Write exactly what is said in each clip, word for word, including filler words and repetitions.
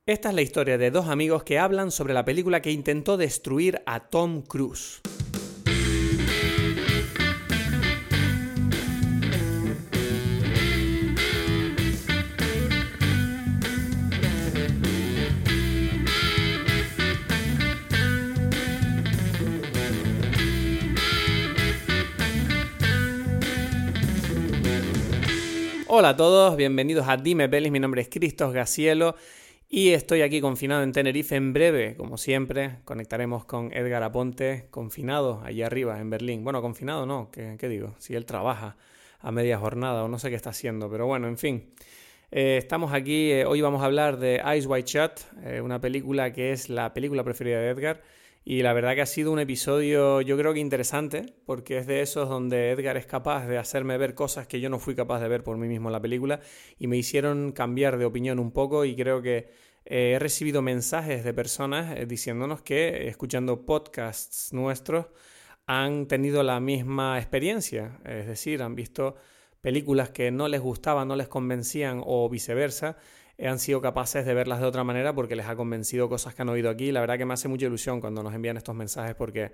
Esta es la historia de dos amigos que hablan sobre la película que intentó destruir a Tom Cruise. Hola a todos, bienvenidos a Dime Pelis, mi nombre es Christos Gacielo y estoy aquí confinado en Tenerife. En breve, como siempre, conectaremos con Edgar Aponte, confinado allí arriba en Berlín. Bueno, confinado no, ¿qué, qué digo? Si él trabaja a media jornada o no sé qué está haciendo, pero bueno, en fin. Eh, estamos aquí, eh, hoy vamos a hablar de Eyes Wide Shut, eh, una película que es la película preferida de Edgar. Y la verdad que ha sido un episodio, yo creo que interesante, porque es de esos donde Edgar es capaz de hacerme ver cosas que yo no fui capaz de ver por mí mismo en la película y me hicieron cambiar de opinión un poco, y creo que eh, he recibido mensajes de personas eh, diciéndonos que eh, escuchando podcasts nuestros han tenido la misma experiencia, es decir, han visto películas que no les gustaban, no les convencían o viceversa, han sido capaces de verlas de otra manera porque les ha convencido cosas que han oído aquí. La verdad que me hace mucha ilusión cuando nos envían estos mensajes, porque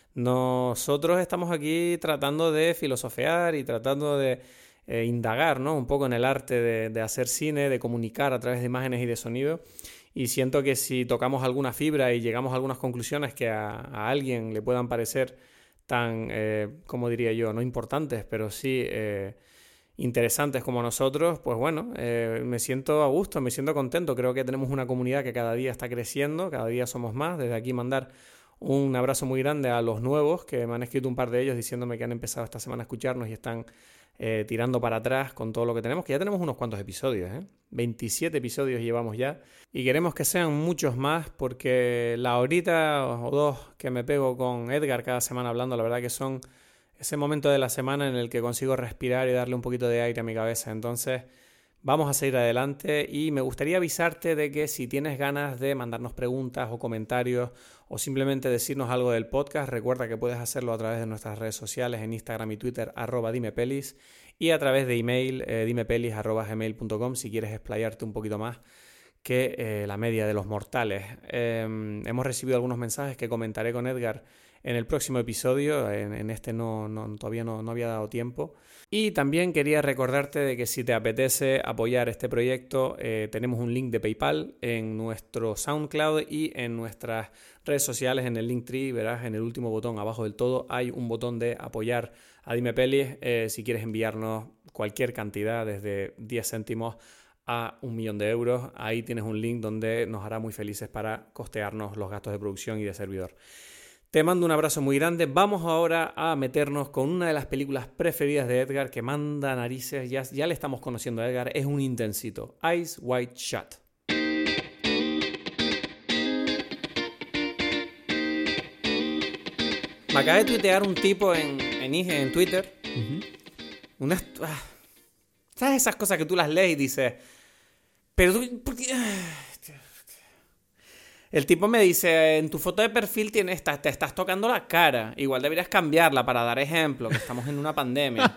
nosotros estamos aquí tratando de filosofear y tratando de eh, indagar, ¿no?, un poco en el arte de, de hacer cine, de comunicar a través de imágenes y de sonido, y siento que si tocamos alguna fibra y llegamos a algunas conclusiones que a, a alguien le puedan parecer tan, eh, ¿cómo diría yo?, no importantes, pero sí Eh, interesantes como nosotros, pues bueno, eh, me siento a gusto, me siento contento. Creo que tenemos una comunidad que cada día está creciendo, cada día somos más. Desde aquí mandar un abrazo muy grande a los nuevos, que me han escrito un par de ellos diciéndome que han empezado esta semana a escucharnos y están eh, tirando para atrás con todo lo que tenemos, que ya tenemos unos cuantos episodios, ¿eh? veintisiete episodios llevamos ya, y queremos que sean muchos más, porque la horita o dos que me pego con Edgar cada semana hablando, la verdad que son ese momento de la semana en el que consigo respirar y darle un poquito de aire a mi cabeza. Entonces, vamos a seguir adelante, y me gustaría avisarte de que si tienes ganas de mandarnos preguntas o comentarios o simplemente decirnos algo del podcast, recuerda que puedes hacerlo a través de nuestras redes sociales, en Instagram y Twitter, arroba dimepelis, y a través de email, eh, dimepelis arroba gmail punto com, si quieres explayarte un poquito más que eh, la media de los mortales. Eh, hemos recibido algunos mensajes que comentaré con Edgar en el próximo episodio. En, en este no, no, todavía no, no había dado tiempo. Y también quería recordarte de que si te apetece apoyar este proyecto, eh, tenemos un link de PayPal en nuestro SoundCloud y en nuestras redes sociales, en el Linktree, verás en el último botón abajo del todo hay un botón de apoyar a Dime Pelis. Eh, si quieres enviarnos cualquier cantidad, desde diez céntimos a un millón de euros, ahí tienes un link donde nos hará muy felices para costearnos los gastos de producción y de servidor. Te mando un abrazo muy grande. Vamos ahora a meternos con una de las películas preferidas de Edgar, que manda narices. Ya, ya le estamos conociendo a Edgar, es un intensito. Eyes Wide Shut. Me acaba de tuitear un tipo en, en, en Twitter. Uh-huh. Unas, ah, ¿sabes esas cosas que tú las lees y dices, pero tú, ¿por qué? El tipo me dice, en tu foto de perfil tienes, te estás tocando la cara. Igual deberías cambiarla para dar ejemplo, que estamos en una pandemia.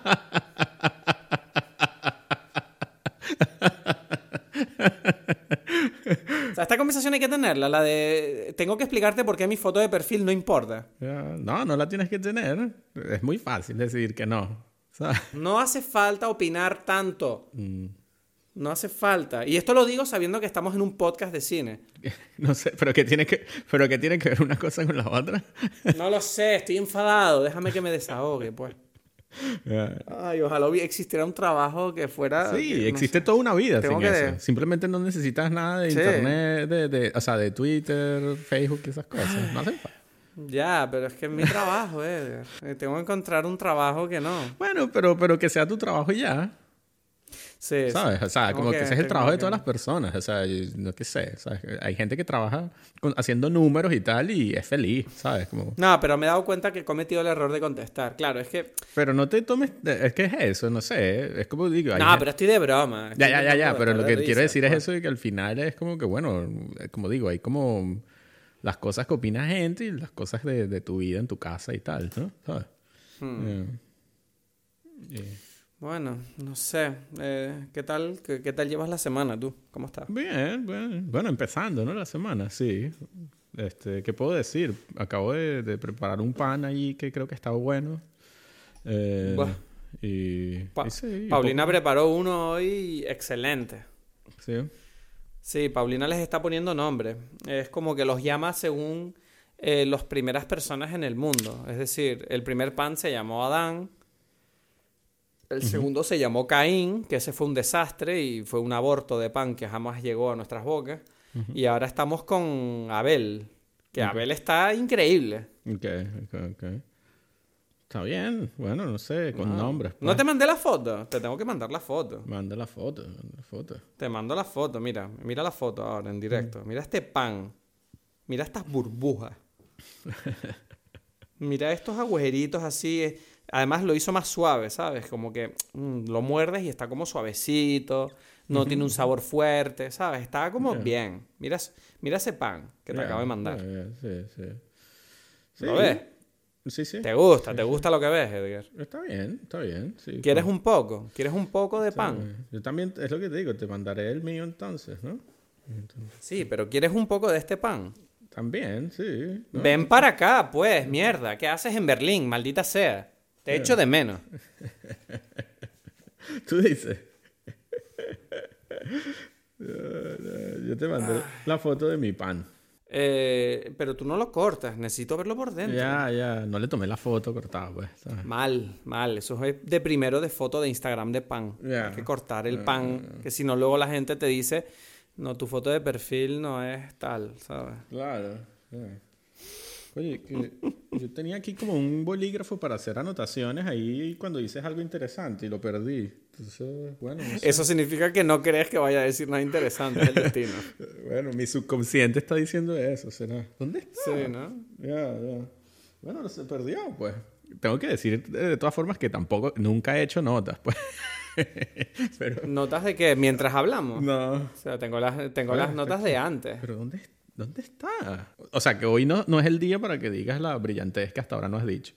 O sea, esta conversación hay que tenerla, la de tengo que explicarte por qué mi foto de perfil no importa. No, no la tienes que tener. Es muy fácil decir que no, ¿sabes? No hace falta opinar tanto. Mm. No hace falta. Y esto lo digo sabiendo que estamos en un podcast de cine. No sé, pero ¿qué tiene que, pero qué tiene que ver una cosa con la otra? No lo sé, estoy enfadado. Déjame que me desahogue, pues. Yeah. Ay, ojalá existiera un trabajo que fuera... Sí, que, existe no sé, toda una vida sin que eso. De... Simplemente no necesitas nada de sí. internet, de, de, o sea, de Twitter, Facebook y esas cosas. No hacen falta. Ya, pero es que es mi trabajo, eh. Tengo que encontrar un trabajo que no. Bueno, pero, pero que sea tu trabajo y ya. Sí, ¿sabes? Sí. O sea, como que, que ese es el trabajo que... de todas las personas. O sea, yo, no qué sé. ¿Sabes? Hay gente que trabaja con, haciendo números y tal y es feliz, ¿sabes? Como... No, pero me he dado cuenta que he cometido el error de contestar. Claro, es que... Pero no te tomes... Es que es eso, no sé. Es como digo... Hay no, gente... pero estoy de broma. Estoy ya, ya, ya, ya. Pero lo que risa, quiero decir pues. es eso de que al final es como que, bueno, como digo, hay como las cosas que opina gente y las cosas de, de tu vida en tu casa y tal, ¿no? ¿Sabes? Hmm. Yeah. Yeah. Bueno, no sé. Eh, ¿qué tal, qué, qué tal llevas la semana tú? ¿Cómo estás? Bien, bueno, bueno, empezando, ¿no? La semana, sí. Este, ¿qué puedo decir? Acabo de, de preparar un pan allí que creo que está bueno. Eh, Buah, y, y Pa- sí, un Paulina poco. preparó uno hoy excelente. Sí. Sí, Paulina les está poniendo nombre. Es como que los llama según eh, las primeras personas en el mundo. Es decir, el primer pan se llamó Adán, el Ujú, segundo se llamó Caín, que ese fue un desastre y fue un aborto de pan que jamás llegó a nuestras bocas. ujú. Y ahora estamos con Abel, que Ok, Abel está increíble. ok, ok, ok. Está bien. Bueno, no sé, con Ah. nombres, No pues. te mandé la foto, te tengo que mandar la foto. Manda la foto, manda la foto. Te mando la foto, mira, mira la foto ahora en Mm. directo. Mira este pan, mira estas burbujas, mira estos agujeritos así. eh. Además lo hizo más suave, ¿sabes? Como que mm, lo muerdes y está como suavecito, no Ujú, tiene un ujú. sabor fuerte, ¿sabes? Está como Ya, bien. Mira, mira ese pan que te acabo ya, de ya, mandar. ya, sí, sí. ¿Lo ves? Sí, sí, sí. ¿Te gusta? Sí, ¿Te sí. gusta lo que ves, Edgar? Está bien, está bien, sí. ¿Quieres con- un poco? ¿Quieres un poco de está pan? bien. Yo también, es lo que te digo, te mandaré el mío entonces, ¿no? Entonces, Sí, pero ¿quieres un poco de este pan? también, sí. ¿no? Ven para acá, pues, mierda. ¿Qué haces en Berlín, maldita sea? Te echo Ya. de menos. Tú dices. Yo yo te mandé la foto de mi pan. Eh, pero tú no lo cortas, necesito verlo por dentro. Ya, ya, no le tomé la foto cortada, pues, ¿sabes? Mal, mal. Eso es de primero de foto de Instagram de pan. Ya. Hay que cortar el Ah, pan, que si no luego la gente te dice, no, tu foto de perfil no es tal, ¿sabes? claro. Ya. Oye, que yo tenía aquí como un bolígrafo para hacer anotaciones ahí cuando dices algo interesante y lo perdí. Entonces, bueno, no sé. Eso significa que no crees que vaya a decir nada interesante, es el destino. Bueno, mi subconsciente está diciendo eso, ¿será? ¿Dónde está? Sí, ¿no? Ya, ya. Bueno, se perdió, pues. Tengo que decir de, de todas formas que tampoco, nunca he hecho notas, pues. Pero, ¿Notas de que mientras hablamos? no. O sea, tengo las, tengo Bueno, las notas está de aquí. antes. Pero ¿dónde, dónde está? O sea, que hoy no, no es el día para que digas la brillantez que hasta ahora no has dicho.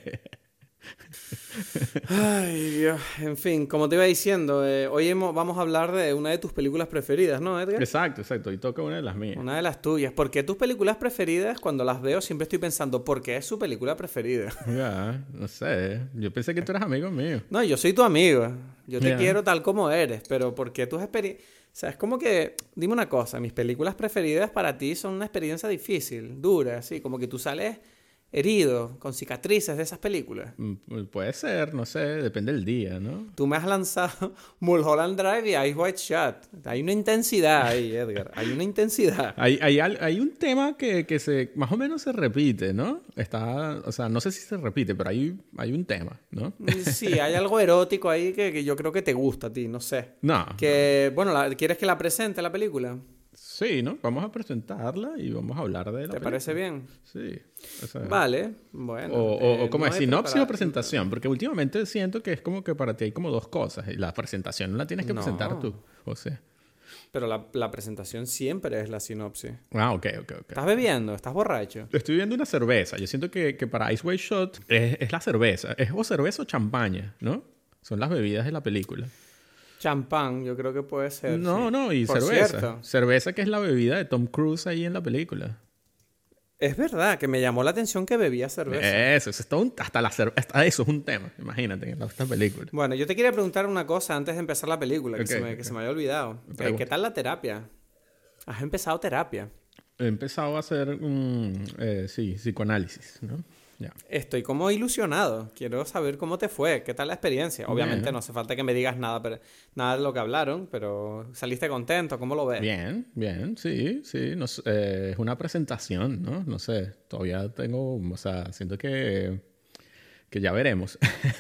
Ay, Dios. En fin, como te iba diciendo, eh, hoy hemos- vamos a hablar de una de tus películas preferidas, ¿no, Edgar? Exacto, exacto. Y toca una de las mías. Una de las tuyas. ¿Por qué tus películas preferidas, cuando las veo, siempre estoy pensando, ¿por qué es su película preferida? Ya, no sé. Yo pensé que tú eras amigo mío. No, yo soy tu amigo. Yo te Ya. quiero tal como eres, pero ¿por qué tus experiencias? O sea, es como que, dime una cosa, mis películas preferidas para ti son una experiencia difícil, dura, así, como que tú sales herido, con cicatrices de esas películas. Mm, Puede ser, no sé. Depende del día, ¿no? Tú me has lanzado Mulholland Drive y Eyes Wide Shut. Hay una intensidad ahí, Edgar. Hay una intensidad. Hay, hay, al- hay un tema que, que se más o menos se repite, ¿no? Está, o sea, no sé si se repite, pero hay, hay un tema, ¿no? Sí, hay algo erótico ahí que, que yo creo que te gusta a ti, no sé. No. Que, bueno, la- ¿quieres que la presente la película? Sí, ¿no? Vamos a presentarla y vamos a hablar de la ¿Te película. parece bien? Sí. O sea, Vale, bueno. O, o, eh, o como no es he sinopsis o preparado- presentación, porque últimamente siento que es como que para ti hay como dos cosas. Y la presentación no la tienes que No. presentar tú. O sea. Pero la, la presentación siempre es la sinopsis. Ah, ok, ok, ok. ¿Estás bebiendo? ¿Estás borracho? Estoy viendo una cerveza. Yo siento que, que para Ice White Shot es, es la cerveza. Es o cerveza o champaña, ¿no? Son las bebidas de la película. Champán, yo creo que puede ser. No, sí. no, y Por cerveza. cierto, Cerveza que es la bebida de Tom Cruise ahí en la película. es verdad que me llamó la atención que bebía cerveza. Eso, eso es todo un- hasta la cerveza. Hasta eso es un tema, imagínate, en esta película. Bueno, yo te quería preguntar una cosa antes de empezar la película, que, Ok, se, me, ok. que se me había olvidado. Eh, Pregunta. ¿Qué tal la terapia? Has empezado terapia. He empezado a hacer, mm, eh, sí, psicoanálisis, ¿no? Ya. Estoy como ilusionado. Quiero saber cómo te fue, qué tal la experiencia. Obviamente Bien. no hace falta que me digas nada, pero, nada de lo que hablaron, pero saliste contento, ¿cómo lo ves? Bien, bien, sí, sí. No sé, eh, es una presentación, ¿no? No sé, todavía tengo, o sea, siento que, que ya veremos.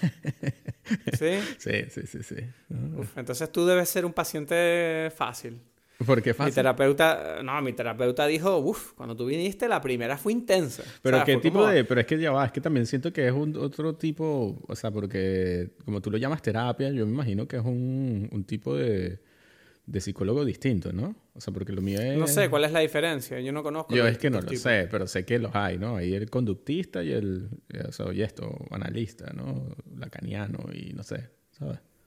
¿Sí? Sí, sí, sí, sí. ¿no? Uf, entonces tú debes ser un paciente fácil. Porque Mi fácil. terapeuta, no, mi terapeuta dijo, uff, cuando tú viniste la primera fue intensa. Pero O sea, qué fue tipo como- de, pero es que ya va, es que también siento que es un otro tipo, o sea, porque como tú lo llamas terapia, yo me imagino que es un, un tipo de, de psicólogo distinto, ¿no? O sea, porque lo mío es... No sé cuál es la diferencia, yo no conozco. Yo los es que no lo distintos tipos. sé, pero sé que los hay, ¿no? Hay el conductista y el, o sea, y esto, analista, ¿no? Lacaniano y no sé, ¿sabes?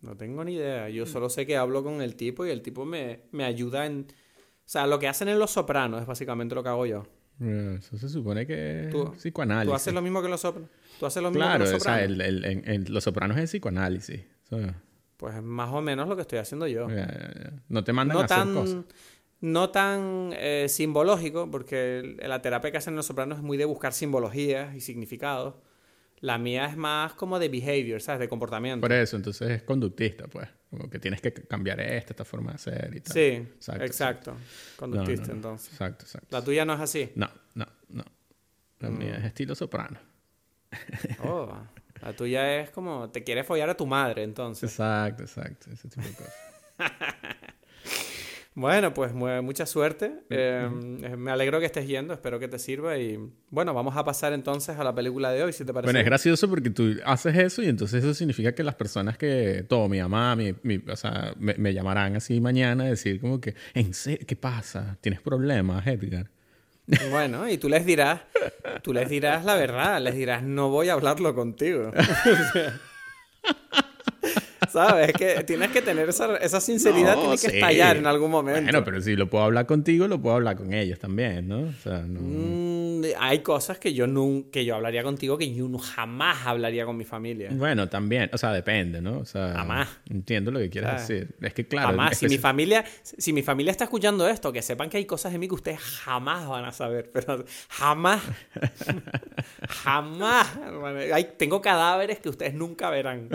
No tengo ni idea. Yo solo sé que hablo con el tipo y el tipo me, me ayuda en... O sea, lo que hacen en Los Sopranos es básicamente lo que hago yo. Eso se supone que es ¿Tú, psicoanálisis. ¿Tú haces lo mismo que en Los Sopranos? ¿Tú haces lo mismo Claro, que en Los o sea, Sopranos? el, el, en, en Los Sopranos es psicoanálisis. O sea, Pues es más o menos lo que estoy haciendo yo. ya, ya, ya. No te mandan a No hacer tan, cosas. no tan eh, simbológico, porque el- la terapia que hacen en Los Sopranos es muy de buscar simbologías y significados. La mía es más como de behavior, ¿sabes? De comportamiento. Por eso, entonces es conductista, pues. Como que tienes que cambiar esta, esta forma de hacer y tal. Sí, Exacto, exacto. No, Conductista, no, no. entonces. Exacto, exacto. La tuya no es así. No, no, no. La Mm. mía es estilo soprano. Oh, la tuya es como... Te quiere follar a tu madre, entonces. Exacto, exacto. Ese tipo de cosas. Bueno, pues mu- mucha suerte. Eh, me alegro que estés yendo. Espero que te sirva. Y bueno, vamos a pasar entonces a la película de hoy, si te parece. Bueno, es bien. gracioso porque tú haces eso y entonces eso significa que las personas que... Todo, mi mamá, mi, mi- o sea, me, me llamarán así mañana a decir como que... ¿En serio? ¿Qué pasa? ¿Tienes problemas, Edgar? Bueno, y tú les dirás... Tú les dirás la verdad. Les dirás, no voy a hablarlo contigo. O sea, ¿sabes? Es que tienes que tener esa, esa sinceridad, No, tiene que sí. estallar en algún momento. Bueno, pero si lo puedo hablar contigo, lo puedo hablar con ellos también, ¿no? O sea, no... Mm, hay cosas que yo, nun- que yo hablaría contigo que yo no- jamás hablaría con mi familia. Bueno, también, o sea, depende, ¿no? O sea, Jamás. entiendo lo que quieres ¿Sabes? decir. Es que claro, Jamás. Si mi especi- familia, si mi familia está escuchando esto, que sepan que hay cosas de mí que ustedes jamás van a saber. Pero jamás. jamás. hermano. Hay, tengo cadáveres que ustedes nunca verán.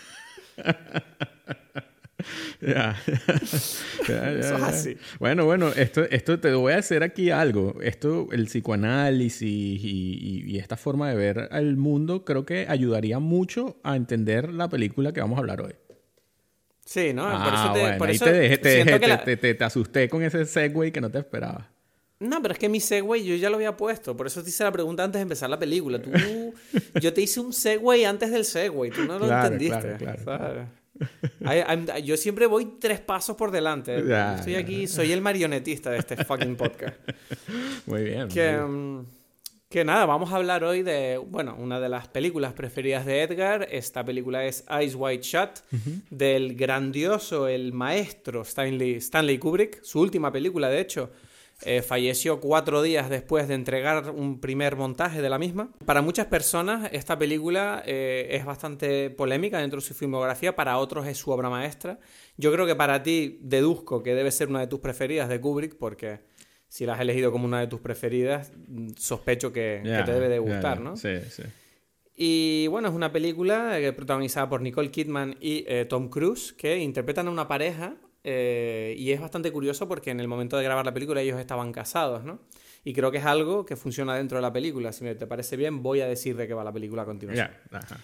Ya. Ya, ya, Eso es ya. así. Bueno, bueno, esto, esto te voy a hacer aquí algo. Esto, el psicoanálisis y, y- y esta forma de ver el mundo, creo que ayudaría mucho a entender la película que vamos a hablar hoy. Sí, ¿no? Ah, por eso te, bueno, por ahí eso te, dejé, te, siento dejé- que te, la- te- te- te asusté con ese segue que no te esperaba. No, pero es que mi segue yo ya lo había puesto. Por eso te hice la pregunta antes de empezar la película. Tú, yo te hice un segue antes del segue. Tú no lo Claro, entendiste. claro, claro, ¿sabes? I- I'm- yo siempre voy tres pasos por delante. Ya, Yo estoy ya. aquí, soy el marionetista de este fucking podcast. Muy bien. muy Que, bien. mm, que nada, vamos a hablar hoy de, bueno, una de las películas preferidas de Edgar. Esta película es Eyes Wide Shut, del grandioso, el maestro Stanley, Stanley Kubrick. Su última película, de hecho. Eh, falleció cuatro días después de entregar un primer montaje de la misma. Para muchas personas esta película eh, es bastante polémica dentro de su filmografía, para otros es su obra maestra. Yo creo que para ti deduzco que debe ser una de tus preferidas de Kubrick, porque si la has elegido como una de tus preferidas, sospecho que, Ya, que te debe de ya, gustar, ya. ¿no? Sí, sí. Y bueno, es una película eh, protagonizada por Nicole Kidman y eh, Tom Cruise, que interpretan a una pareja. Eh, y es bastante curioso porque en el momento de grabar la película ellos estaban casados, ¿no? Y creo que es algo que funciona dentro de la película. Si me te parece bien, voy a decir de qué va la película a continuación. Ya, ajá.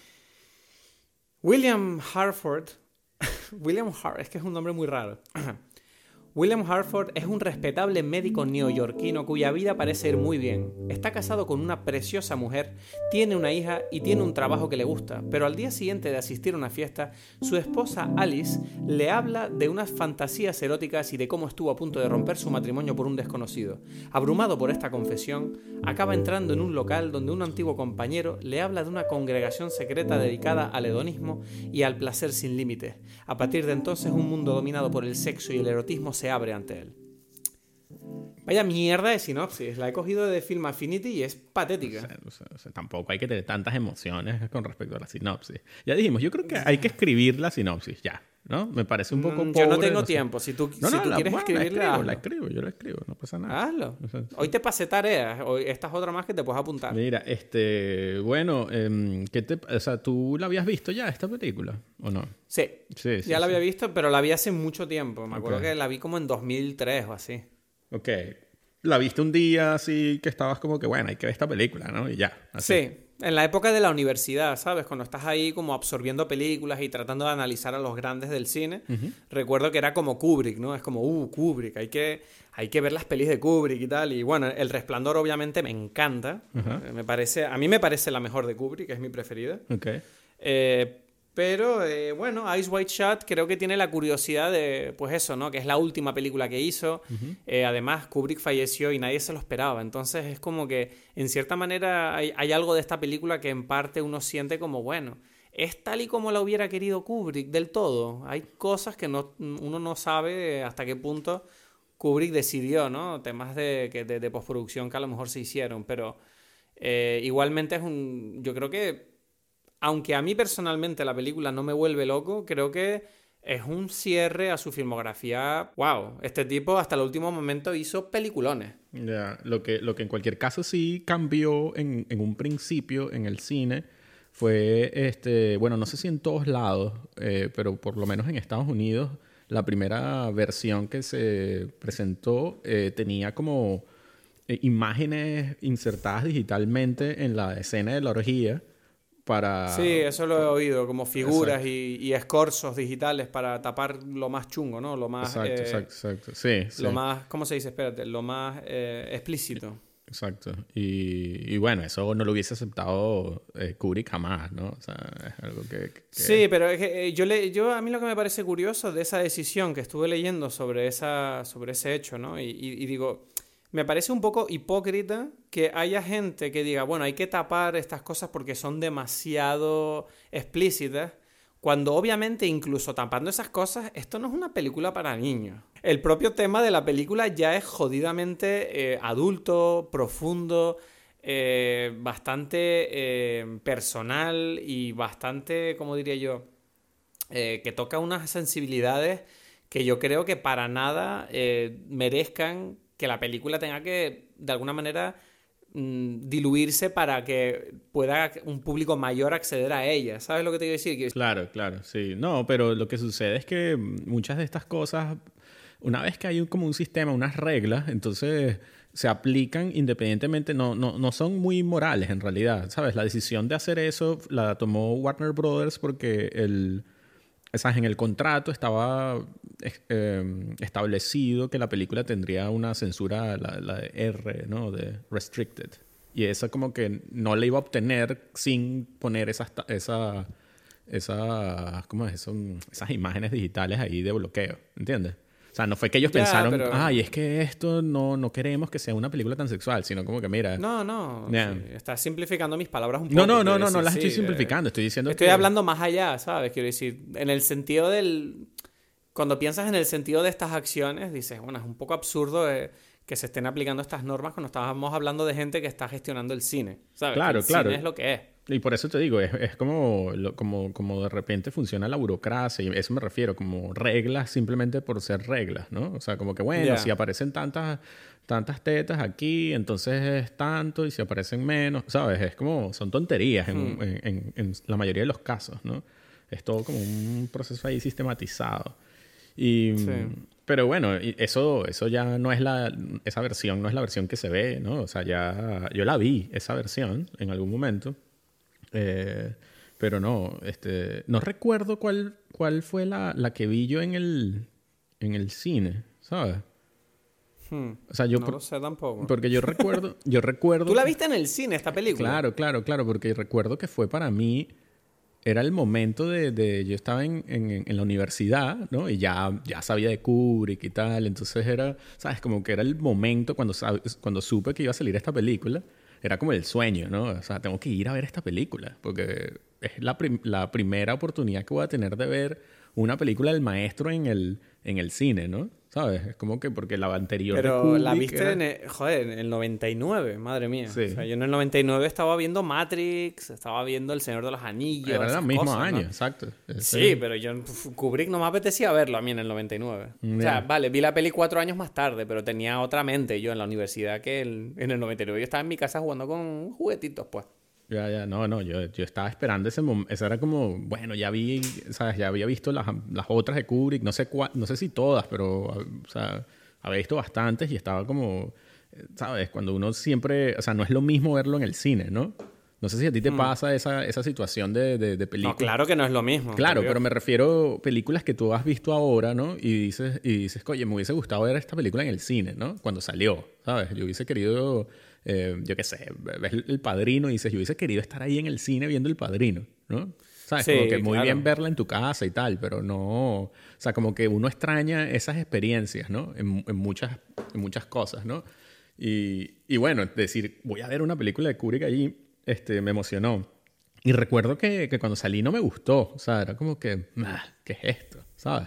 William Hartford... William Hart... Es que es un nombre muy raro. William Hartford es un respetable médico neoyorquino cuya vida parece ir muy bien. Está casado con una preciosa mujer, tiene una hija y tiene un trabajo que le gusta, pero al día siguiente de asistir a una fiesta, su esposa Alice le habla de unas fantasías eróticas y de cómo estuvo a punto de romper su matrimonio por un desconocido. Abrumado por esta confesión, acaba entrando en un local donde un antiguo compañero le habla de una congregación secreta dedicada al hedonismo y al placer sin límites. A partir de entonces, un mundo dominado por el sexo y el erotismo se abre ante él. Vaya mierda de sinopsis. La he cogido de Film Affinity y es patética. O sea, o sea, o sea, tampoco hay que tener tantas emociones con respecto a la sinopsis. Ya dijimos, yo creo que hay que escribir la sinopsis, ya, ¿no? Me parece un poco Mm, pobre. Yo no tengo sé. tiempo. Si tú, No, si no, tú la, quieres bueno, la escribirla, escribo, hazlo. la escribo, yo la escribo, no pasa nada. Hazlo. O sea, sí. Hoy te pasé tareas. Hoy, esta es otra más que te puedes apuntar. Mira, este, bueno, em, ¿qué te, o sea, ¿tú la habías visto ya esta película o no? Sí. Sí, sí. Ya la sí. había visto, pero la vi hace mucho tiempo. Me acuerdo Ok. que la vi como en dos mil tres o así. Ok. La viste un día así que estabas como que, bueno, hay que ver esta película, ¿no? Y ya. Así. Sí, en la época de la universidad, ¿sabes? Cuando estás ahí como absorbiendo películas y tratando de analizar a los grandes del cine. Ujú. Recuerdo que era como Kubrick, ¿no? Es como, uh, Kubrick, hay que, hay que ver las pelis de Kubrick y tal. Y bueno, El Resplandor obviamente me encanta. Ajá. Eh, Me parece, a mí me parece la mejor de Kubrick, es mi preferida. Ok. Eh, pero, eh, bueno, Eyes Wide Shut creo que tiene la curiosidad de, pues eso, ¿no? Que es la última película que hizo. Ujú. Eh, además, Kubrick falleció y nadie se lo esperaba. Entonces es como que, en cierta manera, hay, hay algo de esta película que en parte uno siente como, bueno, es tal y como la hubiera querido Kubrick del todo. Hay cosas que no, uno no sabe hasta qué punto Kubrick decidió, ¿no? Temas de, que- de, de postproducción que a lo mejor se hicieron, pero eh, igualmente es un... Yo creo que, aunque a mí personalmente la película no me vuelve loco, creo que es un cierre a su filmografía. ¡Wow! Este tipo hasta el último momento hizo peliculones. Ya, lo que, lo que en cualquier caso sí cambió en, en un principio en el cine fue, este, bueno, no sé si en todos lados, eh, pero por lo menos en Estados Unidos, la primera versión que se presentó eh, tenía como eh, imágenes insertadas digitalmente en la escena de la orgía Sí, para... eso lo he oído, como figuras Exacto, y, y escorzos digitales para tapar lo más chungo, ¿no? Lo más, exacto, eh, exacto, exacto. Sí, sí. lo más, ¿cómo se dice? Espérate, lo más eh, explícito. Exacto. Y, y bueno, eso no lo hubiese aceptado eh, Kubrick jamás, ¿no? O sea, es algo que... que- Sí, pero es que eh, yo, le, yo a mí lo que me parece curioso de esa decisión que estuve leyendo sobre, esa, sobre ese hecho, ¿no? Y, y- y digo, me parece un poco hipócrita que haya gente que diga, bueno, hay que tapar estas cosas porque son demasiado explícitas, cuando obviamente incluso tapando esas cosas, esto no es una película para niños. El propio tema de la película ya es jodidamente eh, adulto, profundo, eh, bastante eh, personal y bastante, ¿cómo diría yo? Eh, que toca unas sensibilidades que yo creo que para nada eh, merezcan que la película tenga que, de alguna manera, mm, diluirse para que pueda un público mayor acceder a ella. ¿Sabes lo que te quiero decir? Que- Claro, claro, sí. No, pero lo que sucede es que muchas de estas cosas, una vez que hay un- como un sistema, unas reglas, entonces se aplican independientemente, no, no, no son muy morales en realidad, ¿sabes? La decisión de hacer eso la tomó Warner Brothers porque el... O sea, en el contrato estaba eh, establecido que la película tendría una censura, la, la de R, ¿no? De restricted. Y esa como que no la iba a obtener sin poner esas, ta- esa, esa, ¿cómo es eso? Esas imágenes digitales ahí de bloqueo, ¿entiendes? O sea, no fue que ellos Ya, pensaron, pero... ay, es que esto no, no queremos que sea una película tan sexual, sino como que, mira, No, no, sí, ya. estás simplificando mis palabras un No, poco, no, no, quiero no, no decir, las sí. estoy eh, simplificando, estoy diciendo Estoy que... hablando más allá, ¿sabes? Quiero decir, en el sentido del... Cuando piensas en el sentido de estas acciones, dices, bueno, es un poco absurdo eh, que se estén aplicando estas normas cuando estábamos hablando de gente que está gestionando el cine, ¿sabes? Que el Claro, claro. cine es lo que es. Y por eso te digo, es, es como, lo- como, como de repente funciona la burocracia, y a eso me refiero, como reglas simplemente por ser reglas, ¿no? O sea, como que bueno, Ya. si aparecen tantas, tantas tetas aquí, entonces es tanto, y si aparecen menos, ¿sabes? Es como, son tonterías en, Hmm. en- en- en la mayoría de los casos, ¿no? Es todo como un proceso ahí sistematizado. Y, Sí. pero bueno, y eso, eso ya no es la, esa versión no es la versión que se ve, ¿no? O sea, ya, yo la vi, esa versión, en algún momento. Eh, pero no, este, no recuerdo cuál, cuál fue la, la que vi yo en el, en el cine, ¿sabes? Hmm. O sea, yo No por- lo sé tampoco. porque yo recuerdo, yo recuerdo ¿Tú la que- viste en el cine, esta película? claro, claro, claro, porque recuerdo que fue para mí, era el momento de, de yo estaba en, en, en la universidad, ¿no? Y ya, ya sabía de Kubrick y tal, entonces era, ¿sabes? Como que era el momento cuando, sab- cuando supe que iba a salir esta película, era como el sueño, ¿no? O sea, tengo que ir a ver esta película, porque es la, prim- la primera oportunidad que voy a tener de ver una película del maestro en el, en el cine, ¿no? ¿Sabes? Es como que porque la anterior de Pero Kubrick la viste era... en el, joder, en el noventa y nueve, madre mía. Sí. O sea, yo en el noventa y nueve estaba viendo Matrix, estaba viendo El Señor de los Anillos, Era el esas mismo cosas, año, ¿no? exacto. Ese- Sí, pero yo uf, Kubrick no me apetecía verlo a mí en el noventa y nueve. O sea, Ya. vale, vi la peli cuatro años más tarde, pero tenía otra mente yo en la universidad que el- en el noventa y nueve yo estaba en mi casa jugando con juguetitos, pues. Ya, ya, no, no, yo, yo estaba esperando ese momento, eso era como, bueno, ya vi, ¿sabes? Ya había visto las, las otras de Kubrick, no sé cuál, no sé si todas, pero, o sea, había visto bastantes y estaba como, eh, ¿sabes? Cuando uno siempre, o sea, no es lo mismo verlo en el cine, ¿no? No sé si a ti te pasa esa, esa situación de, de, de película. No, claro que no es lo mismo. Claro, por Dios. pero me refiero a películas que tú has visto ahora, ¿no? Y dices, y dices, oye, me hubiese gustado ver esta película en el cine, ¿no? Cuando salió, ¿sabes? Yo hubiese querido, eh, yo qué sé, ves El Padrino y dices, yo hubiese querido estar ahí en el cine viendo El Padrino, ¿no? ¿Sabes? Sí, Como que muy claro. bien verla en tu casa y tal, pero no... O sea, como que uno extraña esas experiencias, ¿no? En, en muchas, en muchas cosas, ¿no? Y, y bueno, decir, voy a ver una película de Kubrick allí, este, me emocionó. Y recuerdo que, que cuando salí no me gustó. O sea, era como que, ah, ¿qué es esto? ¿Sabes?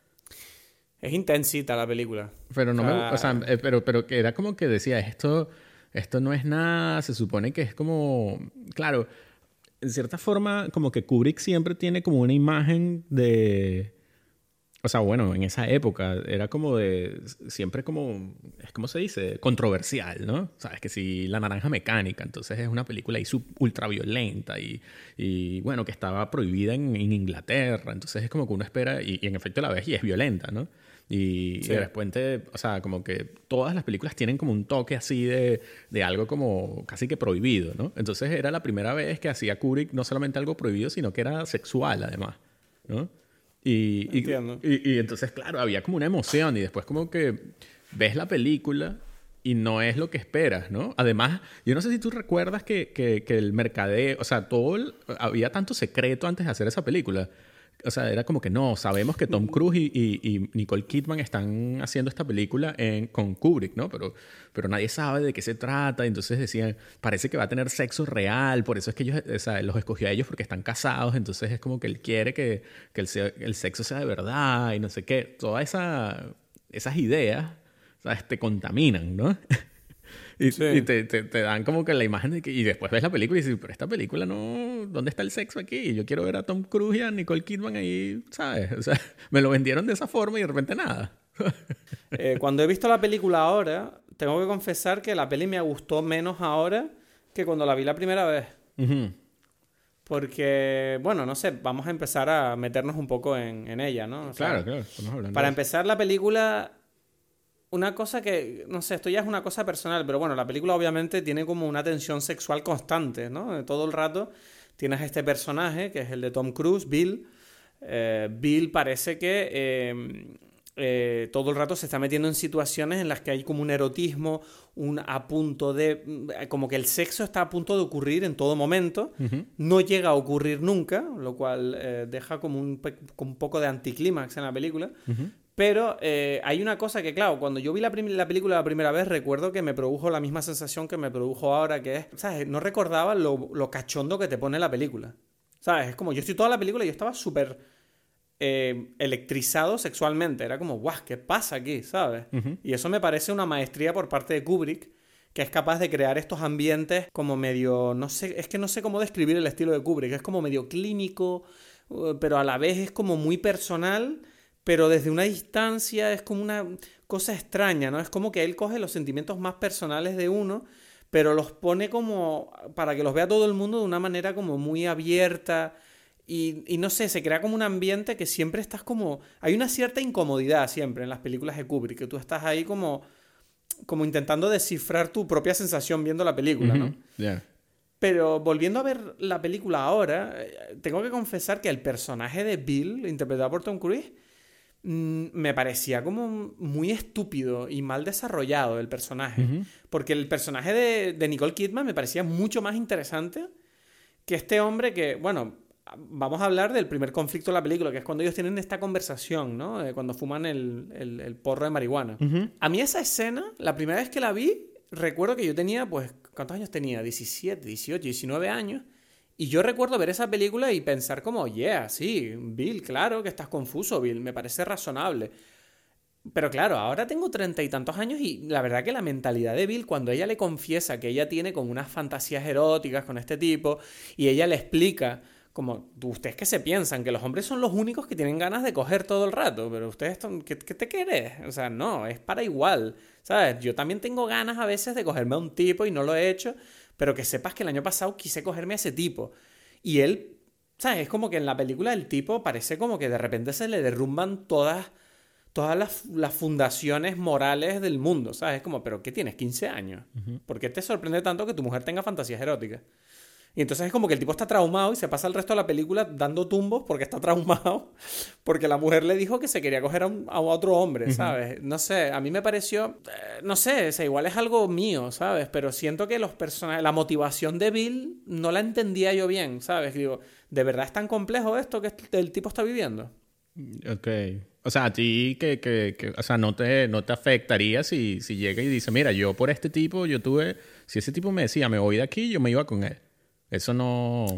Es intensita la película. Pero no O me... sea, O sea, eh, pero, pero que era como que decía, esto, esto no es nada, se supone que es como... Claro, en cierta forma, como que Kubrick siempre tiene como una imagen de... O sea, bueno, en esa época era como de... Siempre como... Es como se dice, controversial, ¿no? Sabes que si La Naranja Mecánica, entonces es una película ahí ultra violenta y, y bueno, que estaba prohibida en, en Inglaterra. Entonces es como que uno espera y, y en efecto la ves y es violenta, ¿no? Y, sí. y de repente, o sea, como que todas las películas tienen como un toque así de, de algo como casi que prohibido, ¿no? Entonces era la primera vez que hacía Kubrick no solamente algo prohibido, sino que era sexual además, ¿no? Y, y, y, y entonces, claro, había como una emoción y después como que ves la película y no es lo que esperas, ¿no? Además, yo no sé si tú recuerdas que, que, que el mercadeo, o sea, todo el, había tanto secreto antes de hacer esa película. O sea, era como que no, sabemos que Tom Cruise y, y, y Nicole Kidman están haciendo esta película en, con Kubrick, ¿no? Pero, pero nadie sabe de qué se trata. Entonces decían, parece que va a tener sexo real. Por eso es que ellos, o sea, los escogió a ellos porque están casados. Entonces es como que él quiere que, que el, el sexo sea de verdad y no sé qué. Todas esa, esas ideas, ¿sabes? Te contaminan, ¿no? Y, sí. y te, te, te dan como que la imagen de que... Y después ves la película y dices, pero esta película no... ¿Dónde está el sexo aquí? Yo quiero ver a Tom Cruise y a Nicole Kidman ahí, ¿sabes? O sea, me lo vendieron de esa forma y de repente nada. eh, cuando he visto la película ahora, tengo que confesar que la peli me gustó menos ahora que cuando la vi la primera vez. Uh-huh. Porque, bueno, no sé, vamos a empezar a meternos un poco en, en ella, ¿no? O claro, sea, claro. Estamos hablando para de empezar, la película... Una cosa que, no sé, esto ya es una cosa personal, pero bueno, la película obviamente tiene como una tensión sexual constante, ¿no? Todo el rato tienes a este personaje, que es el de Tom Cruise, Bill. Eh, Bill parece que eh, eh, todo el rato se está metiendo en situaciones en las que hay como un erotismo, un a punto de... como que el sexo está a punto de ocurrir en todo momento. Uh-huh. No llega a ocurrir nunca, lo cual eh, deja como un, un poco de anticlímax en la película. Uh-huh. Pero eh, hay una cosa que, claro, cuando yo vi la, prim- la película la primera vez, recuerdo que me produjo la misma sensación que me produjo ahora, que es, ¿sabes? No recordaba lo, lo cachondo que te pone la película. ¿Sabes? Es como, yo estoy toda la película y yo estaba súper eh, electrizado sexualmente. Era como, guau, ¿qué pasa aquí? ¿Sabes? Uh-huh. Y eso me parece una maestría por parte de Kubrick, que es capaz de crear estos ambientes como medio, no sé, es que no sé cómo describir el estilo de Kubrick. Es como medio clínico, pero a la vez es como muy personal... pero desde una distancia es como una cosa extraña, ¿no? Es como que él coge los sentimientos más personales de uno, pero los pone como para que los vea todo el mundo de una manera como muy abierta y, y no sé, se crea como un ambiente que siempre estás como... Hay una cierta incomodidad siempre en las películas de Kubrick, que tú estás ahí como, como intentando descifrar tu propia sensación viendo la película, ¿no? Uh-huh. Yeah. Pero volviendo a ver la película ahora, tengo que confesar que el personaje de Bill, interpretado por Tom Cruise, me parecía como muy estúpido y mal desarrollado el personaje. Uh-huh. Porque el personaje de, de Nicole Kidman me parecía mucho más interesante que este hombre que, bueno, vamos a hablar del primer conflicto de la película, que es cuando ellos tienen esta conversación, ¿no? Eh, cuando fuman el, el, el porro de marihuana. Uh-huh. A mí esa escena, la primera vez que la vi, recuerdo que yo tenía, pues, ¿cuántos años tenía? diecisiete, dieciocho, diecinueve años. Y yo recuerdo ver esa película y pensar como, yeah, sí, Bill, claro que estás confuso, Bill, me parece razonable. Pero claro, ahora tengo treinta y tantos años y la verdad que la mentalidad de Bill, cuando ella le confiesa que ella tiene como unas fantasías eróticas con este tipo y ella le explica como, ustedes que se piensan que los hombres son los únicos que tienen ganas de coger todo el rato, pero ustedes, ¿qué, qué te querés? O sea, no, es para igual, ¿sabes? Yo también tengo ganas a veces de cogerme a un tipo y no lo he hecho, pero que sepas que el año pasado quise cogerme a ese tipo. Y él, ¿sabes? Es como que en la película el tipo parece como que de repente se le derrumban todas, todas las, las fundaciones morales del mundo, ¿sabes? Es como, ¿pero qué tienes? quince años. Uh-huh. ¿Por qué te sorprende tanto que tu mujer tenga fantasías eróticas? Y entonces es como que el tipo está traumado y se pasa el resto de la película dando tumbos porque está traumado, porque la mujer le dijo que se quería coger a, un, a otro hombre, ¿sabes? Uh-huh. No sé, a mí me pareció, eh, no sé, o sea, igual es algo mío, ¿sabes? Pero siento que los personajes, la motivación de Bill no la entendía yo bien, ¿sabes? Digo, ¿de verdad es tan complejo esto que el tipo está viviendo? Ok. O sea, a ti que, que, que o sea, no te, no te afectaría si, si llega y dice, mira, yo por este tipo, yo tuve, si ese tipo me decía, me voy de aquí, yo me iba con él. Eso no...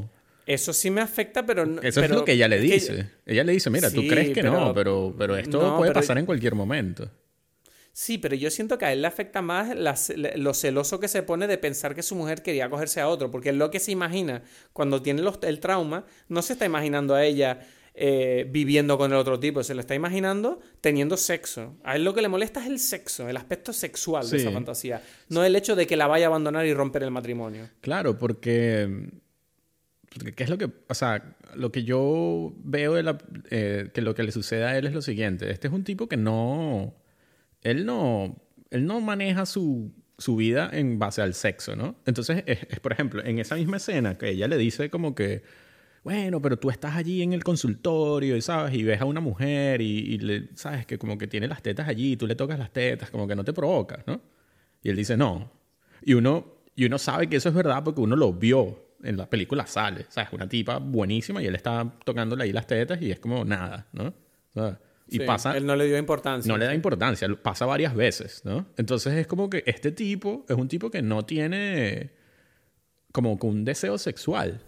Eso sí me afecta, pero... Eso pero, es lo que ella le dice. que, ella le dice, mira, tú sí, crees que pero, no, pero, pero esto no, puede pero, pasar en cualquier momento. Sí, pero yo siento que a él le afecta más la, lo celoso que se pone de pensar que su mujer quería cogerse a otro, porque es lo que se imagina cuando tiene los, el trauma, no se está imaginando a ella eh, viviendo con el otro tipo, se lo está imaginando teniendo sexo. A él lo que le molesta es el sexo, el aspecto sexual sí. de esa fantasía, no el hecho de que la vaya a abandonar y romper el matrimonio. Claro, porque... porque ¿qué es lo que... O sea, lo que yo veo de la, eh, que lo que le sucede a él es lo siguiente. Este es un tipo que no... Él no, él no maneja su, su vida en base al sexo, ¿no? Entonces, es, es, por ejemplo, en esa misma escena que ella le dice como que, bueno, pero tú estás allí en el consultorio y, ¿sabes? Y ves a una mujer y, y le, ¿sabes? Que como que tiene las tetas allí y tú le tocas las tetas, como que no te provocas, ¿no? Y él dice, no. Y uno, y uno sabe que eso es verdad porque uno lo vio. En la película sale, ¿sabes? Una tipa buenísima y él está tocándole ahí las tetas y es como nada, ¿no? O sea, y sí, pasa, él no le dio importancia. No le da importancia, pasa varias veces, ¿no? Entonces es como que este tipo es un tipo que no tiene como que un deseo sexual,